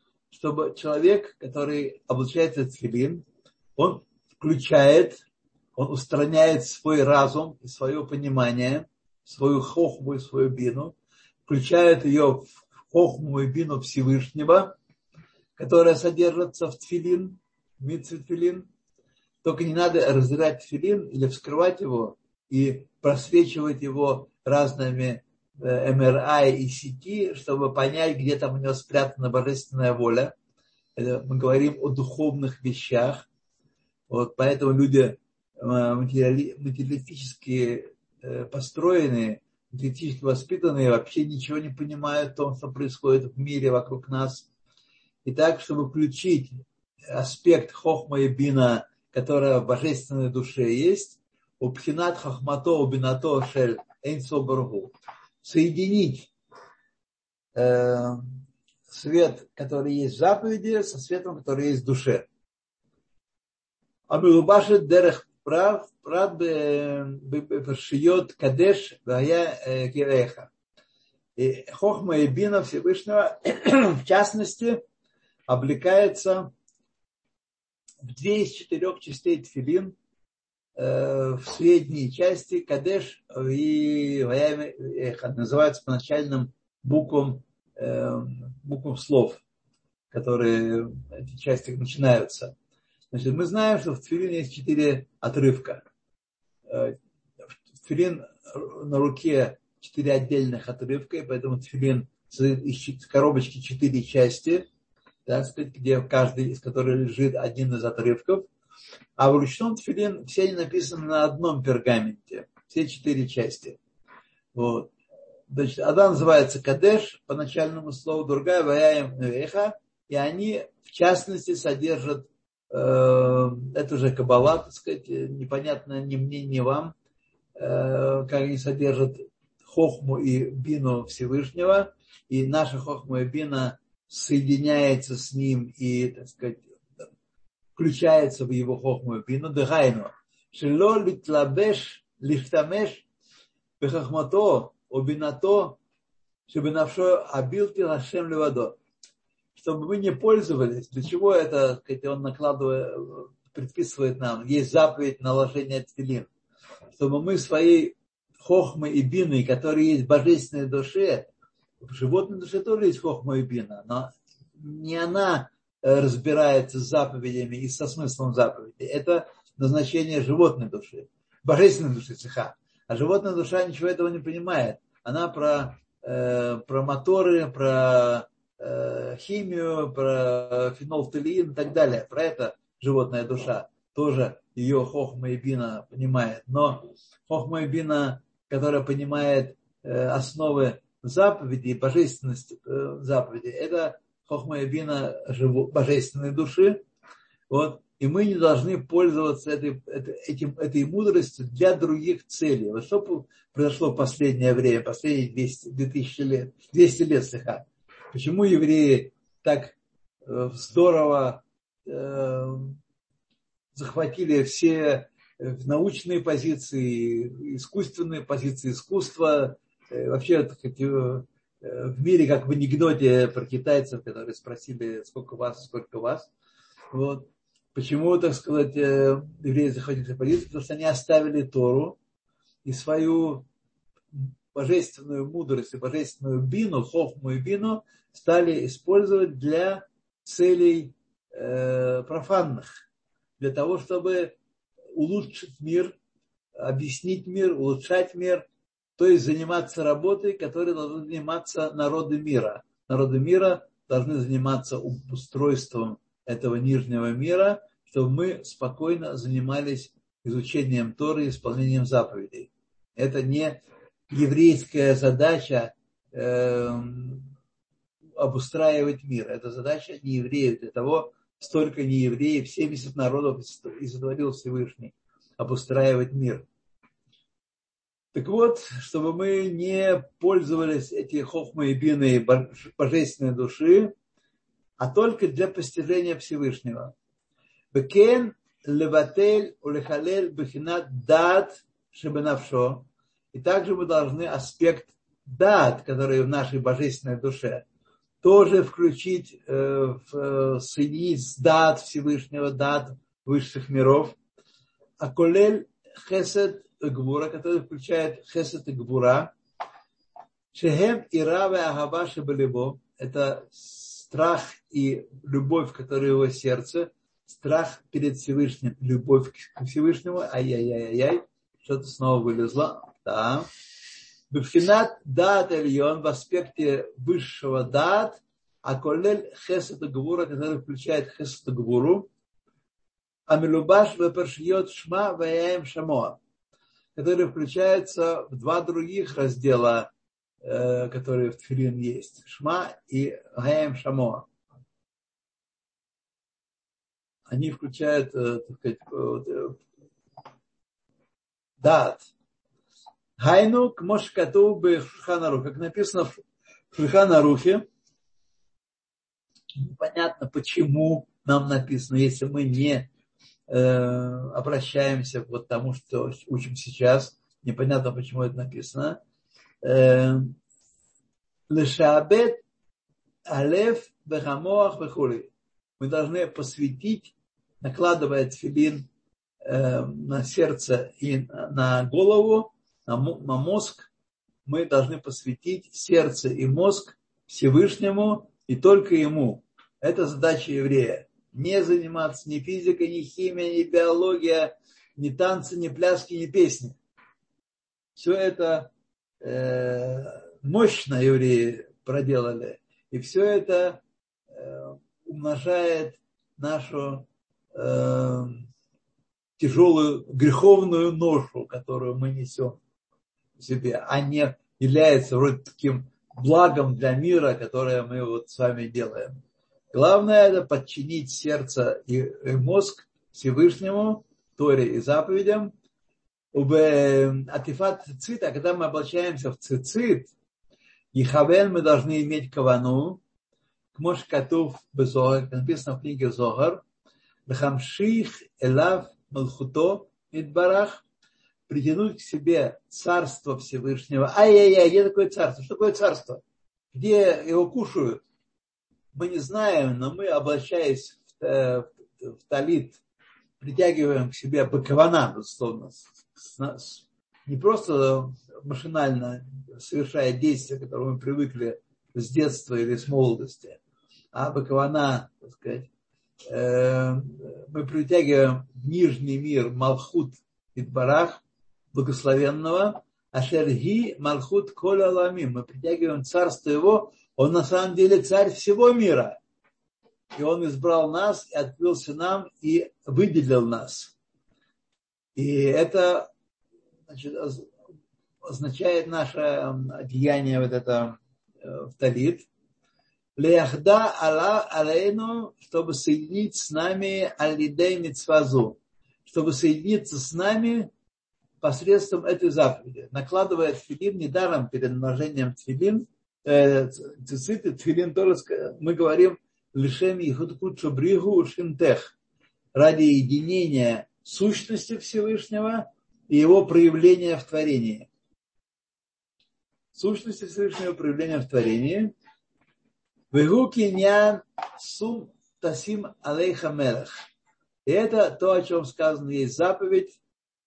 чтобы человек, который облачается в тфилин, он включает он устраняет свой разум и свое понимание, свою хохму и свою бину, включает ее в хохму и бину Всевышнего, которая содержится в тфилин, в мицве тфилин. Только не надо разрывать тфилин или вскрывать его и просвечивать его разными эм эр ай и си ти, чтобы понять, где там у него спрятана божественная воля. Это мы говорим о духовных вещах. Вот поэтому люди материалистически построенные, материалистически воспитанные, вообще ничего не понимают о том, что происходит в мире вокруг нас. И так, чтобы включить аспект хохма и бина, которая в божественной душе есть, у пхинат хохмато у бинато шель эйн со баргу, соединить э, свет, который есть в заповеди, со светом, который есть в душе. Амилубашет дерех прав, прав бешиот кадеш вая киреха. И хохма и бина Всевышнего, в частности, облекается в две из четырех частей тфилин, э, в средней части кадеш и вая киреха, называется по начальным буквам, э, буквам слов, которые эти части начинаются. Значит, мы знаем, что в тфилине есть четыре отрывка. В тфилин на руке четыре отдельных отрывка, и поэтому тфилин из коробочки четыре части, так сказать, где каждый из которых лежит один из отрывков. А в ручном тфилин все они написаны на одном пергаменте, все четыре части. Вот. Значит, одна называется кадеш по начальному слову, другая ваяем эха, и они в частности содержат это же каббала, так сказать, непонятно ни мне, ни вам, как они содержат хохму и бину Всевышнего, и наша хохма и бина соединяется с ним и, так сказать, включается в его хохму и бину. Дыхайну. Шело литлабеш лиштамеш бехохмато обинато шебенавшо абилти лашем левадо. Чтобы мы не пользовались, для чего это, сказать, он накладывает, предписывает нам, есть заповедь наложения тфилин, чтобы мы своей хохмой и биной, которые есть в божественной душе, в животной душе тоже есть хохма и бина, но не она разбирается с заповедями и со смыслом заповеди, это назначение животной души, божественной души цеха, а животная душа ничего этого не понимает, она про, э, про моторы, про химию, про фенолфталеин и так далее. Про это животная душа тоже ее хохма и бина понимает. Но хохма и бина, которая понимает основы заповеди и божественность заповеди, это хохма и бина божественной души. Вот. И мы не должны пользоваться этой, этим, этой мудростью для других целей. Вот что произошло в последнее время, последние двести, две тысячи лет, двести лет слегка. Почему евреи так э, здорово э, захватили все научные позиции, искусственные позиции искусства, э, вообще так сказать, э, в мире, как в анекдоте про китайцев, которые спросили, сколько вас, сколько вас. Вот. Почему, так сказать, э, евреи захватили позиции? Потому что они оставили Тору и свою божественную мудрость и божественную бину, хохму и бину стали использовать для целей э, профанных, для того, чтобы улучшить мир, объяснить мир, улучшать мир, то есть заниматься работой, которой должны заниматься народы мира. Народы мира должны заниматься устройством этого нижнего мира, чтобы мы спокойно занимались изучением Торы и исполнением заповедей. Это не еврейская задача э, обустраивать мир. Это задача не евреев. Для того столько не евреев, семьдесят народов изотворил Всевышний, обустраивать мир. Так вот, чтобы мы не пользовались этой хохмой и биной божественной души, а только для постижения Всевышнего. Бекен леватель улехалель бехинат дат шебенавшо. И также мы должны аспект дат, который в нашей божественной душе, тоже включить, э, в, соединить с дат Всевышнего, дат высших миров. Аколель хесед и гвура, который включает хесед и гвура. Шехем и раве агава шебалибо. Это страх и любовь, которая в его сердце. Страх перед Всевышним, любовь к Всевышнему. Ай-яй-яй-яй. Что-то снова вылезло. Да. Бифхинат дат эльон в аспекте высшего дат. Аколель хесед и гвура, который включает хесед и гвуру. Амилубаш вепершиот шма ваяем шамоа, которые включаются в два других раздела, э, которые в Тфилин есть. Шма и ваяем шамоа. Они включают, э, так сказать, э, дат. Хайну к мошкату бы Шульхан Арух, как написано в Шульхан Арухе. Непонятно, почему нам написано, если мы не обращаемся к вот тому, что учим сейчас. Непонятно, почему это написано. Лешабет алеф бехамоах бехули. Мы должны посвятить, накладывая тфилин на сердце и на голову, на мозг, мы должны посвятить сердце и мозг Всевышнему и только Ему. Это задача еврея. Не заниматься ни физикой, ни химией, ни биологией, ни танцы, ни пляски, ни песни. Все это э, мощно евреи проделали. И все это э, умножает нашу э, тяжелую греховную ношу, которую мы несем в себе, а не является вроде таким благом для мира, которое мы вот с вами делаем. Главное это подчинить сердце и мозг Всевышнему, Торе и заповедям. Атифат цицит, а когда мы облачаемся в цицит, и хавен мы должны иметь кавану, кмош катув безогар, написано в книге Зогар, лхамших элав малхуто идбарах, притянуть к себе царство Всевышнего. Ай-яй-яй, где такое царство? Что такое царство? Где его кушают? Мы не знаем, но мы, обращаясь в, в талит, притягиваем к себе бакавана, безусловно, не просто машинально совершая действия, к которым мы привыкли с детства или с молодости, а бакавана, так сказать, э, мы притягиваем в нижний мир Малхут Идбарах, благословенного, Ашерги Малхут Коля Ламим, мы притягиваем царство его. Он на самом деле царь всего мира. И он избрал нас, и открылся нам, и выделил нас. И это, значит, означает наше деяние вот это в талит. Леяхда Алла алейну, чтобы соединить с нами алидей мицвазу, чтобы соединиться с нами посредством этой заповеди. Накладывая тфилин, недаром перед множением тфилин, цицит, тфилин тоже мы говорим лишем ихуткут шобригу шинтех, ради единения сущности Всевышнего и его проявления в творении. Сущности Всевышнего проявления в творении. Вегу киньян сум тасим алейха мелех. И это то, о чем сказано, есть заповедь,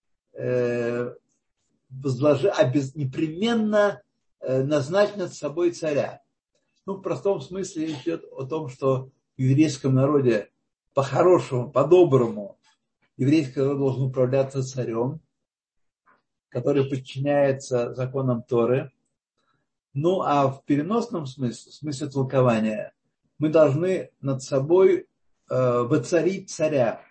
э, возложи, обез, непременно назначь над собой царя. Ну, в простом смысле речь идет о том, что в еврейском народе по-хорошему, по-доброму еврейский народ должен управляться царем, который подчиняется законам Торы. Ну, а в переносном смысле, в смысле толкования, мы должны над собой э, воцарить царя.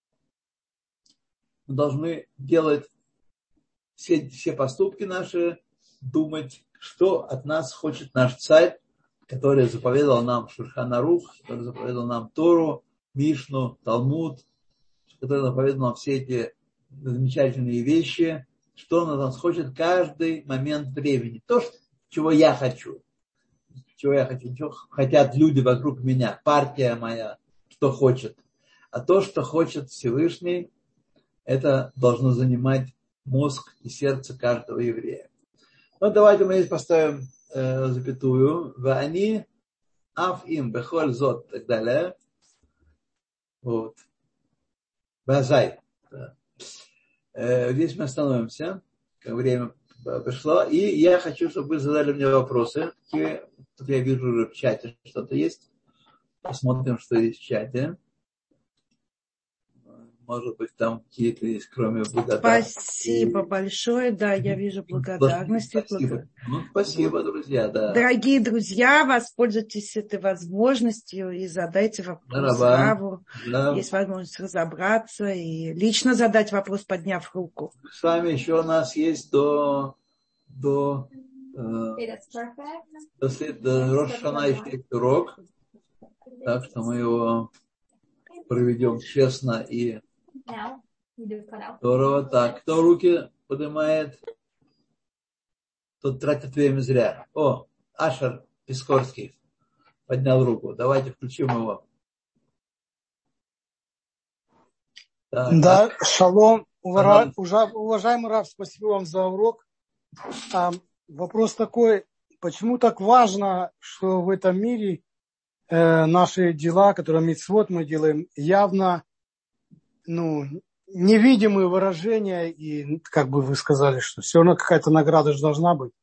Мы должны делать все, все поступки наши, думать, что от нас хочет наш царь, который заповедал нам Шульхан Арух, который заповедал нам Тору, Мишну, Талмуд, который заповедал нам все эти замечательные вещи, что он от нас хочет каждый момент времени. То, чего я хочу. Чего я хочу, чего хотят люди вокруг меня, партия моя, что хочет. А то, что хочет Всевышний, это должно занимать мозг и сердце каждого еврея. Ну, давайте мы здесь поставим э, запятую. Вани, аф им, бехоль зот, и так далее. Вот. Базай. Здесь мы остановимся, как время пришло. И я хочу, чтобы вы задали мне вопросы. Тут я вижу уже в чате что-то есть. Посмотрим, что есть в чате. Может быть, там какие-то есть, кроме благодарности.
Спасибо большое. Да, я вижу благодарности.
Спасибо. Ну, спасибо, вот. Друзья. Да.
Дорогие друзья, воспользуйтесь этой возможностью и задайте вопрос Раву. Да. Есть возможность разобраться и лично задать вопрос, подняв руку.
С вами еще у нас есть до, до, э, до, до Рош ха-Шана еще урок. Так что мы его проведем честно и здорово. Так, кто руки поднимает, тот тратит время зря. О, Ашер Пискорский поднял руку. Давайте включим его.
Так, да, а... шалом. Увара... Ага. Уважаемый Рав, спасибо вам за урок. А, вопрос такой, почему так важно, что в этом мире э, наши дела, которые мицвот мы делаем, явно ну, невидимые выражения, и, как бы вы сказали, что все равно какая-то награда же должна быть.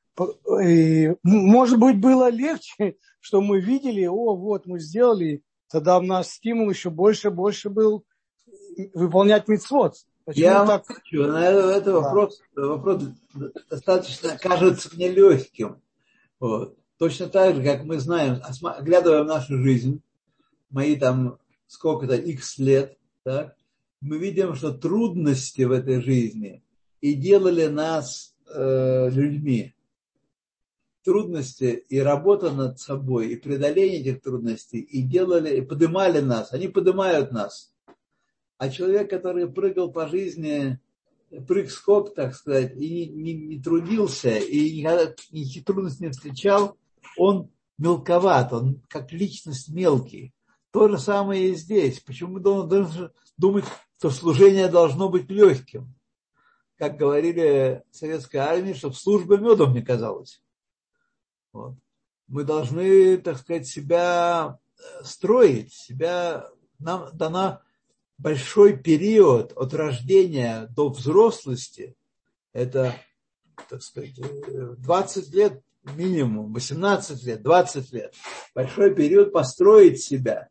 И, может быть, было легче, что мы видели, о, вот мы сделали, тогда у нас стимул еще больше и больше был выполнять мицвот. Почему
Я
так?
Хочу, наверное, это да. вопрос, вопрос достаточно кажется мне легким. Вот. Точно так же, как мы знаем, оглядывая нашу жизнь, мои там сколько-то икс лет, так, мы видим, что трудности в этой жизни и делали нас э, людьми. Трудности и работа над собой, и преодоление этих трудностей, и делали, и поднимали нас, они поднимают нас. А человек, который прыгал по жизни, прыг-скок, так сказать, и не, не, не трудился, и никогда никаких трудностей не встречал, он мелковат, он как личность мелкий. То же самое и здесь. Почему мы должны думать, что служение должно быть легким? Как говорили в советской армии, чтобы служба медом не казалась. Вот. Мы должны, так сказать, себя строить, себя, нам дана большой период от рождения до взрослости, это, так сказать, двадцать лет минимум, восемнадцать лет, двадцать лет. Большой период построить себя.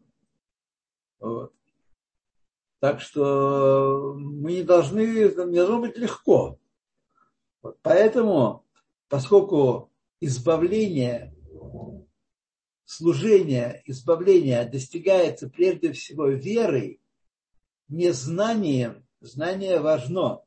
Вот. Так что мы не должны, не должно быть легко. Вот. Поэтому, поскольку избавление, служение, избавление достигается прежде всего верой, не знанием, знание важно,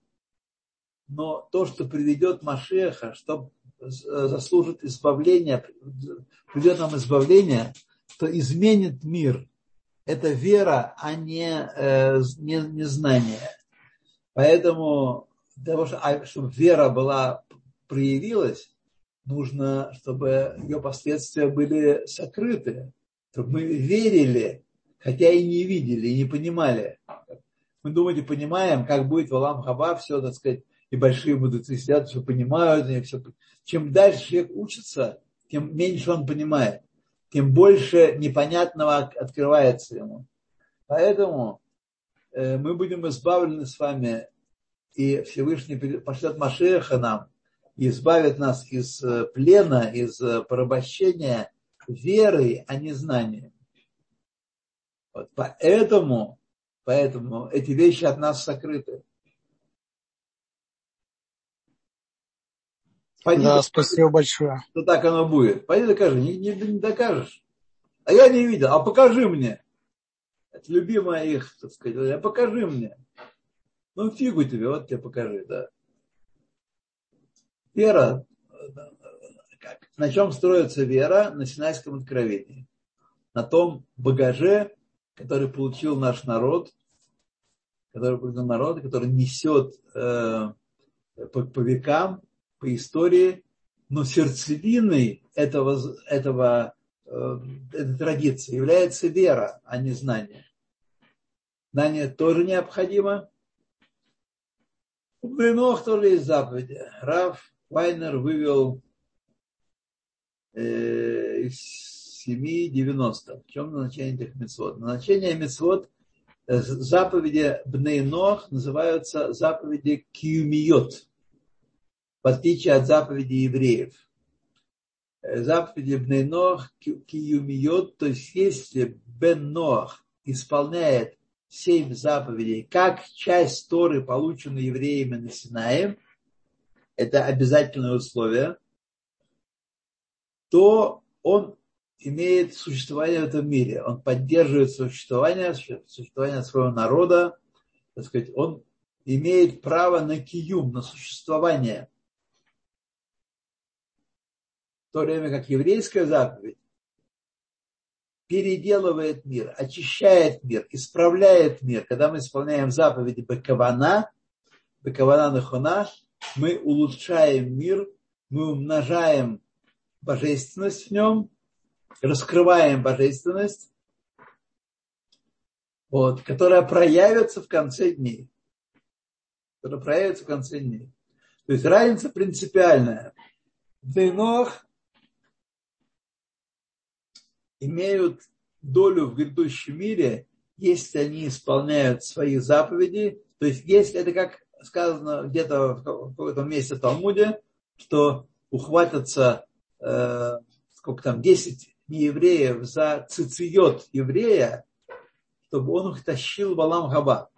но то, что приведет Машеха, что заслужит избавление, придет нам избавление, то изменит мир. Это вера, а не, не, не знание. Поэтому, для того, чтобы вера была, проявилась, нужно, чтобы ее последствия были сокрыты, чтобы мы верили, хотя и не видели, и не понимали. Мы думаете, понимаем, как будет в Олам Хаба, все, так сказать, и большие мудрецы сидят, все понимают. И все. Чем дальше человек учится, тем меньше он понимает, тем больше непонятного открывается ему. Поэтому э, мы будем избавлены с вами, и Всевышний пошлет Машеха нам, и избавит нас из плена, из порабощения верой, а не знанием. Вот поэтому, поэтому эти вещи от нас сокрыты.
Пойди да, докажи, спасибо большое.
Что так оно будет. Пойди докажи, не, не, не докажешь. А я не видел, а покажи мне. Это любимая их, так сказать, а покажи мне. Ну фигу тебе, вот тебе покажи, да. Вера, как? На чем строится вера? На Синайском откровении. На том багаже, который получил наш народ, который получил народ, который несет э, по, по векам, по истории, но сердцевиной этого, этого, э, этой традиции является вера, а не знание. Знание тоже необходимо. У Блинох тоже есть заповеди. Рав Вайнер вывел э, из семи девяносто. В чем назначение этих мицвот? Назначение мицвот заповеди Бней Ноах называются заповеди киюмиот, в отличие от заповедей евреев. Заповеди Бней Ноах киюмиот, то есть если Бен Ноах исполняет семь заповедей как часть Торы, полученной евреями на Синае, это обязательное условие, то он имеет существование в этом мире, он поддерживает существование, существование своего народа, так сказать, он имеет право на киюм, на существование. В то время как еврейская заповедь переделывает мир, очищает мир, исправляет мир. Когда мы исполняем заповеди бекавана, бекавана нахона, мы улучшаем мир, мы умножаем божественность в нем, раскрываем божественность, вот, которая проявится в конце дней. Которая проявится в конце дней. То есть разница принципиальная. Бней Ноах имеют долю в грядущем мире, если они исполняют свои заповеди. То есть если это, как сказано где-то в каком-то месте в Талмуде, что ухватятся э, сколько там, десять неевреев за цициот еврея, чтобы он их тащил в Олам Хаба.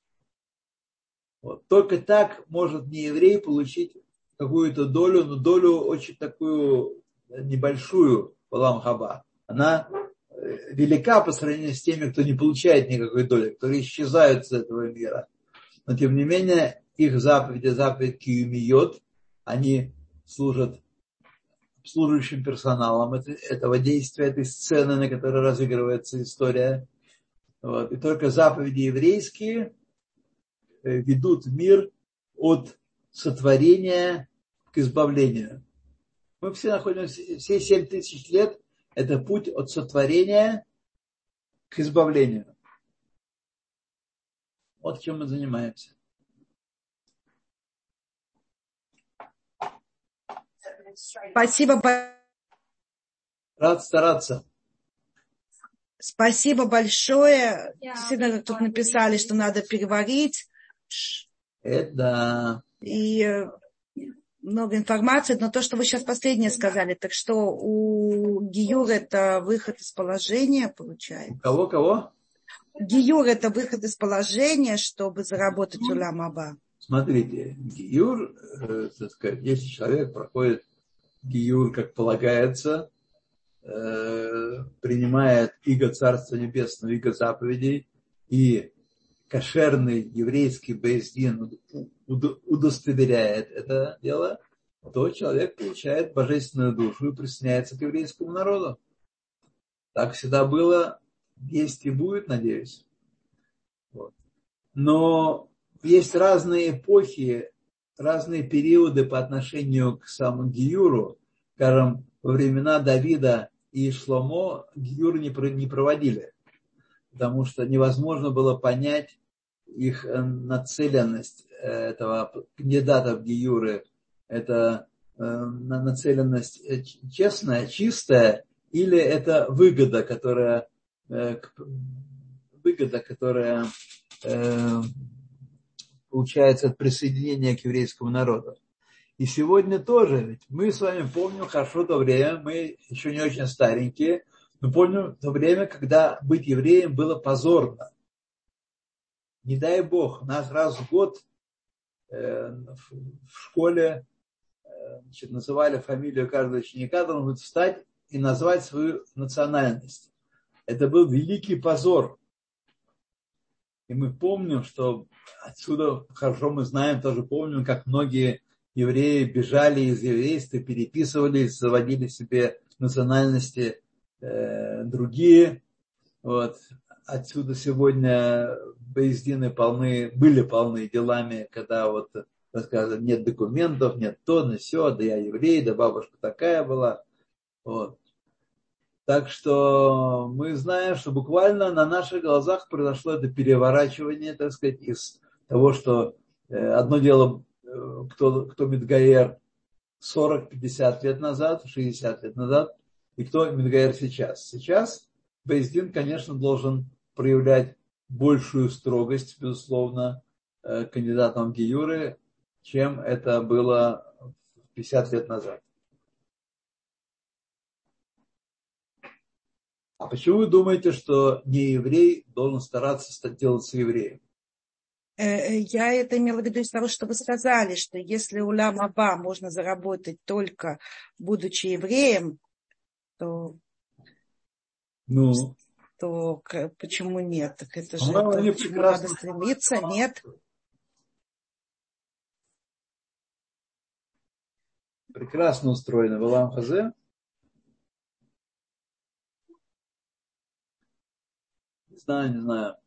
Вот. Только так может нееврей получить какую-то долю, но долю очень такую небольшую в Олам Хаба. Она велика по сравнению с теми, кто не получает никакой доли, которые исчезают из этого мира. Но тем не менее, их заповеди, заповедь киюмиот, они служат служащим персоналом этого действия, этой сцены, на которой разыгрывается история. Вот. И только заповеди еврейские ведут мир от сотворения к избавлению. Мы все находимся, все семь тысяч лет, это путь от сотворения к избавлению. Вот чем мы занимаемся.
Спасибо.
Рад стараться.
Спасибо большое. Действительно, тут написали, что надо переварить.
Это...
И много информации, но то, что вы сейчас последнее сказали, так что у гиюр это выход из положения, получается.
У кого, кого?
Гиюр это выход из положения, чтобы заработать улам аба.
Смотрите, гиюр, э, так сказать, если человек проходит гиюр, как полагается, э, принимает иго Царства Небесного, иго заповедей, и кошерный еврейский бейс дин удостоверяет это дело, то человек получает божественную душу и присоединяется к еврейскому народу. Так всегда было, есть и будет, надеюсь. Вот. Но есть разные эпохи, разные периоды по отношению к самому гиюру. Скажем, во времена Давида и Шломо гиюр не проводили, потому что невозможно было понять их нацеленность этого кандидата в гиюры. Это нацеленность честная, чистая, или это выгода, которая, выгода, которая получается от присоединения к еврейскому народу. И сегодня тоже, ведь мы с вами помним хорошо то время, мы еще не очень старенькие, мы помним то время, когда быть евреем было позорно. Не дай Бог, нас раз в год э, в, в школе э, значит, называли фамилию каждого ученика, он будет встать и назвать свою национальность. Это был великий позор. И мы помним, что отсюда, хорошо мы знаем, тоже помним, как многие евреи бежали из еврейства, переписывались, заводили себе национальности э, другие. Вот. Отсюда сегодня бейс-дины полны, были полны делами, когда вот, скажем, нет документов, нет то, не сё, да я еврей, да бабушка такая была. Вот. Так что мы знаем, что буквально на наших глазах произошло это переворачивание, так сказать, из того, что одно дело, кто, кто мидгаер сорок-пятьдесят лет назад, шестьдесят лет назад, и кто мидгаер сейчас. Сейчас бейс-дин, конечно, должен проявлять большую строгость, безусловно, кандидатам в гиюры, чем это было пятьдесят лет назад. А почему вы думаете, что нееврей должен стараться делаться евреем?
Я это имела в виду из того, что вы сказали, что если улам аба можно заработать только будучи евреем, то,
ну,
то почему нет? Так это же
это,
к чему надо стремиться, нет?
Прекрасно устроено в Олам хазе. Не знаю, не знаю.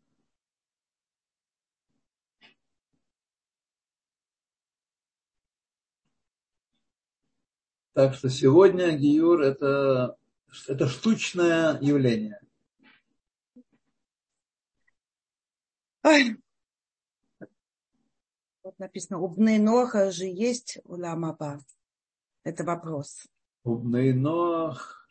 Так что сегодня гиюр это, это штучное явление.
Ой. Вот написано, у Бней Ноха же есть улам аба. Это вопрос.
У Бней Нох.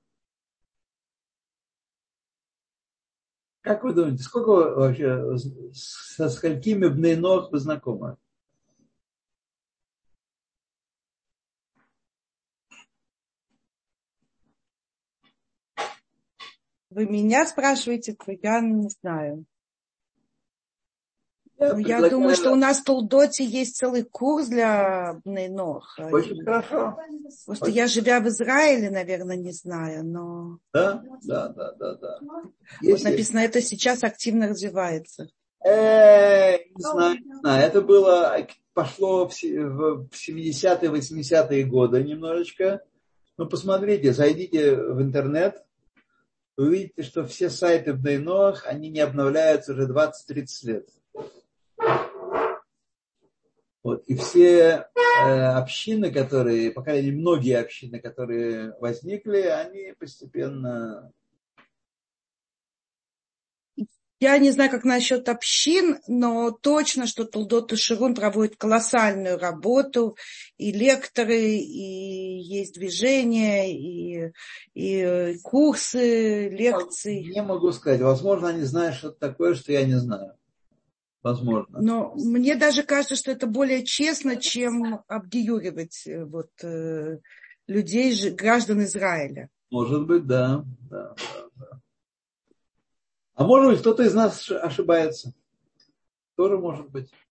Как вы думаете, сколько вообще, со сколькими Бней Нох вы знакомы?
Вы меня спрашиваете, то я не знаю.
Я,
ну, предлагаю... я думаю, что у нас в Толдоте есть целый курс для Бней Нох.
Очень и... хорошо.
Просто
Очень...
я, живя в Израиле, наверное, не знаю, но...
Да, да, да, да, да.
Вот написано, это сейчас активно развивается.
Э, не знаю, не знаю. Это было, пошло в семидесятые, восьмидесятые годы немножечко. Ну, посмотрите, зайдите в интернет, вы увидите, что все сайты Бней Ноах, они не обновляются уже двадцать-тридцать лет. Вот. И все э, общины, которые, по крайней мере, многие общины, которые возникли, они постепенно...
Я не знаю, как насчет общин, но точно, что Толдот и Ширун проводят колоссальную работу, и лекторы, и есть движения, и, и курсы, лекции.
Не могу сказать. Возможно, они знают что-то такое, что я не знаю. Возможно.
Но мне даже кажется, что это более честно, чем обгиюривать вот, э, людей, граждан Израиля.
Может быть, да. да, да, да. А может быть, кто-то из нас ошибается. Тоже может быть.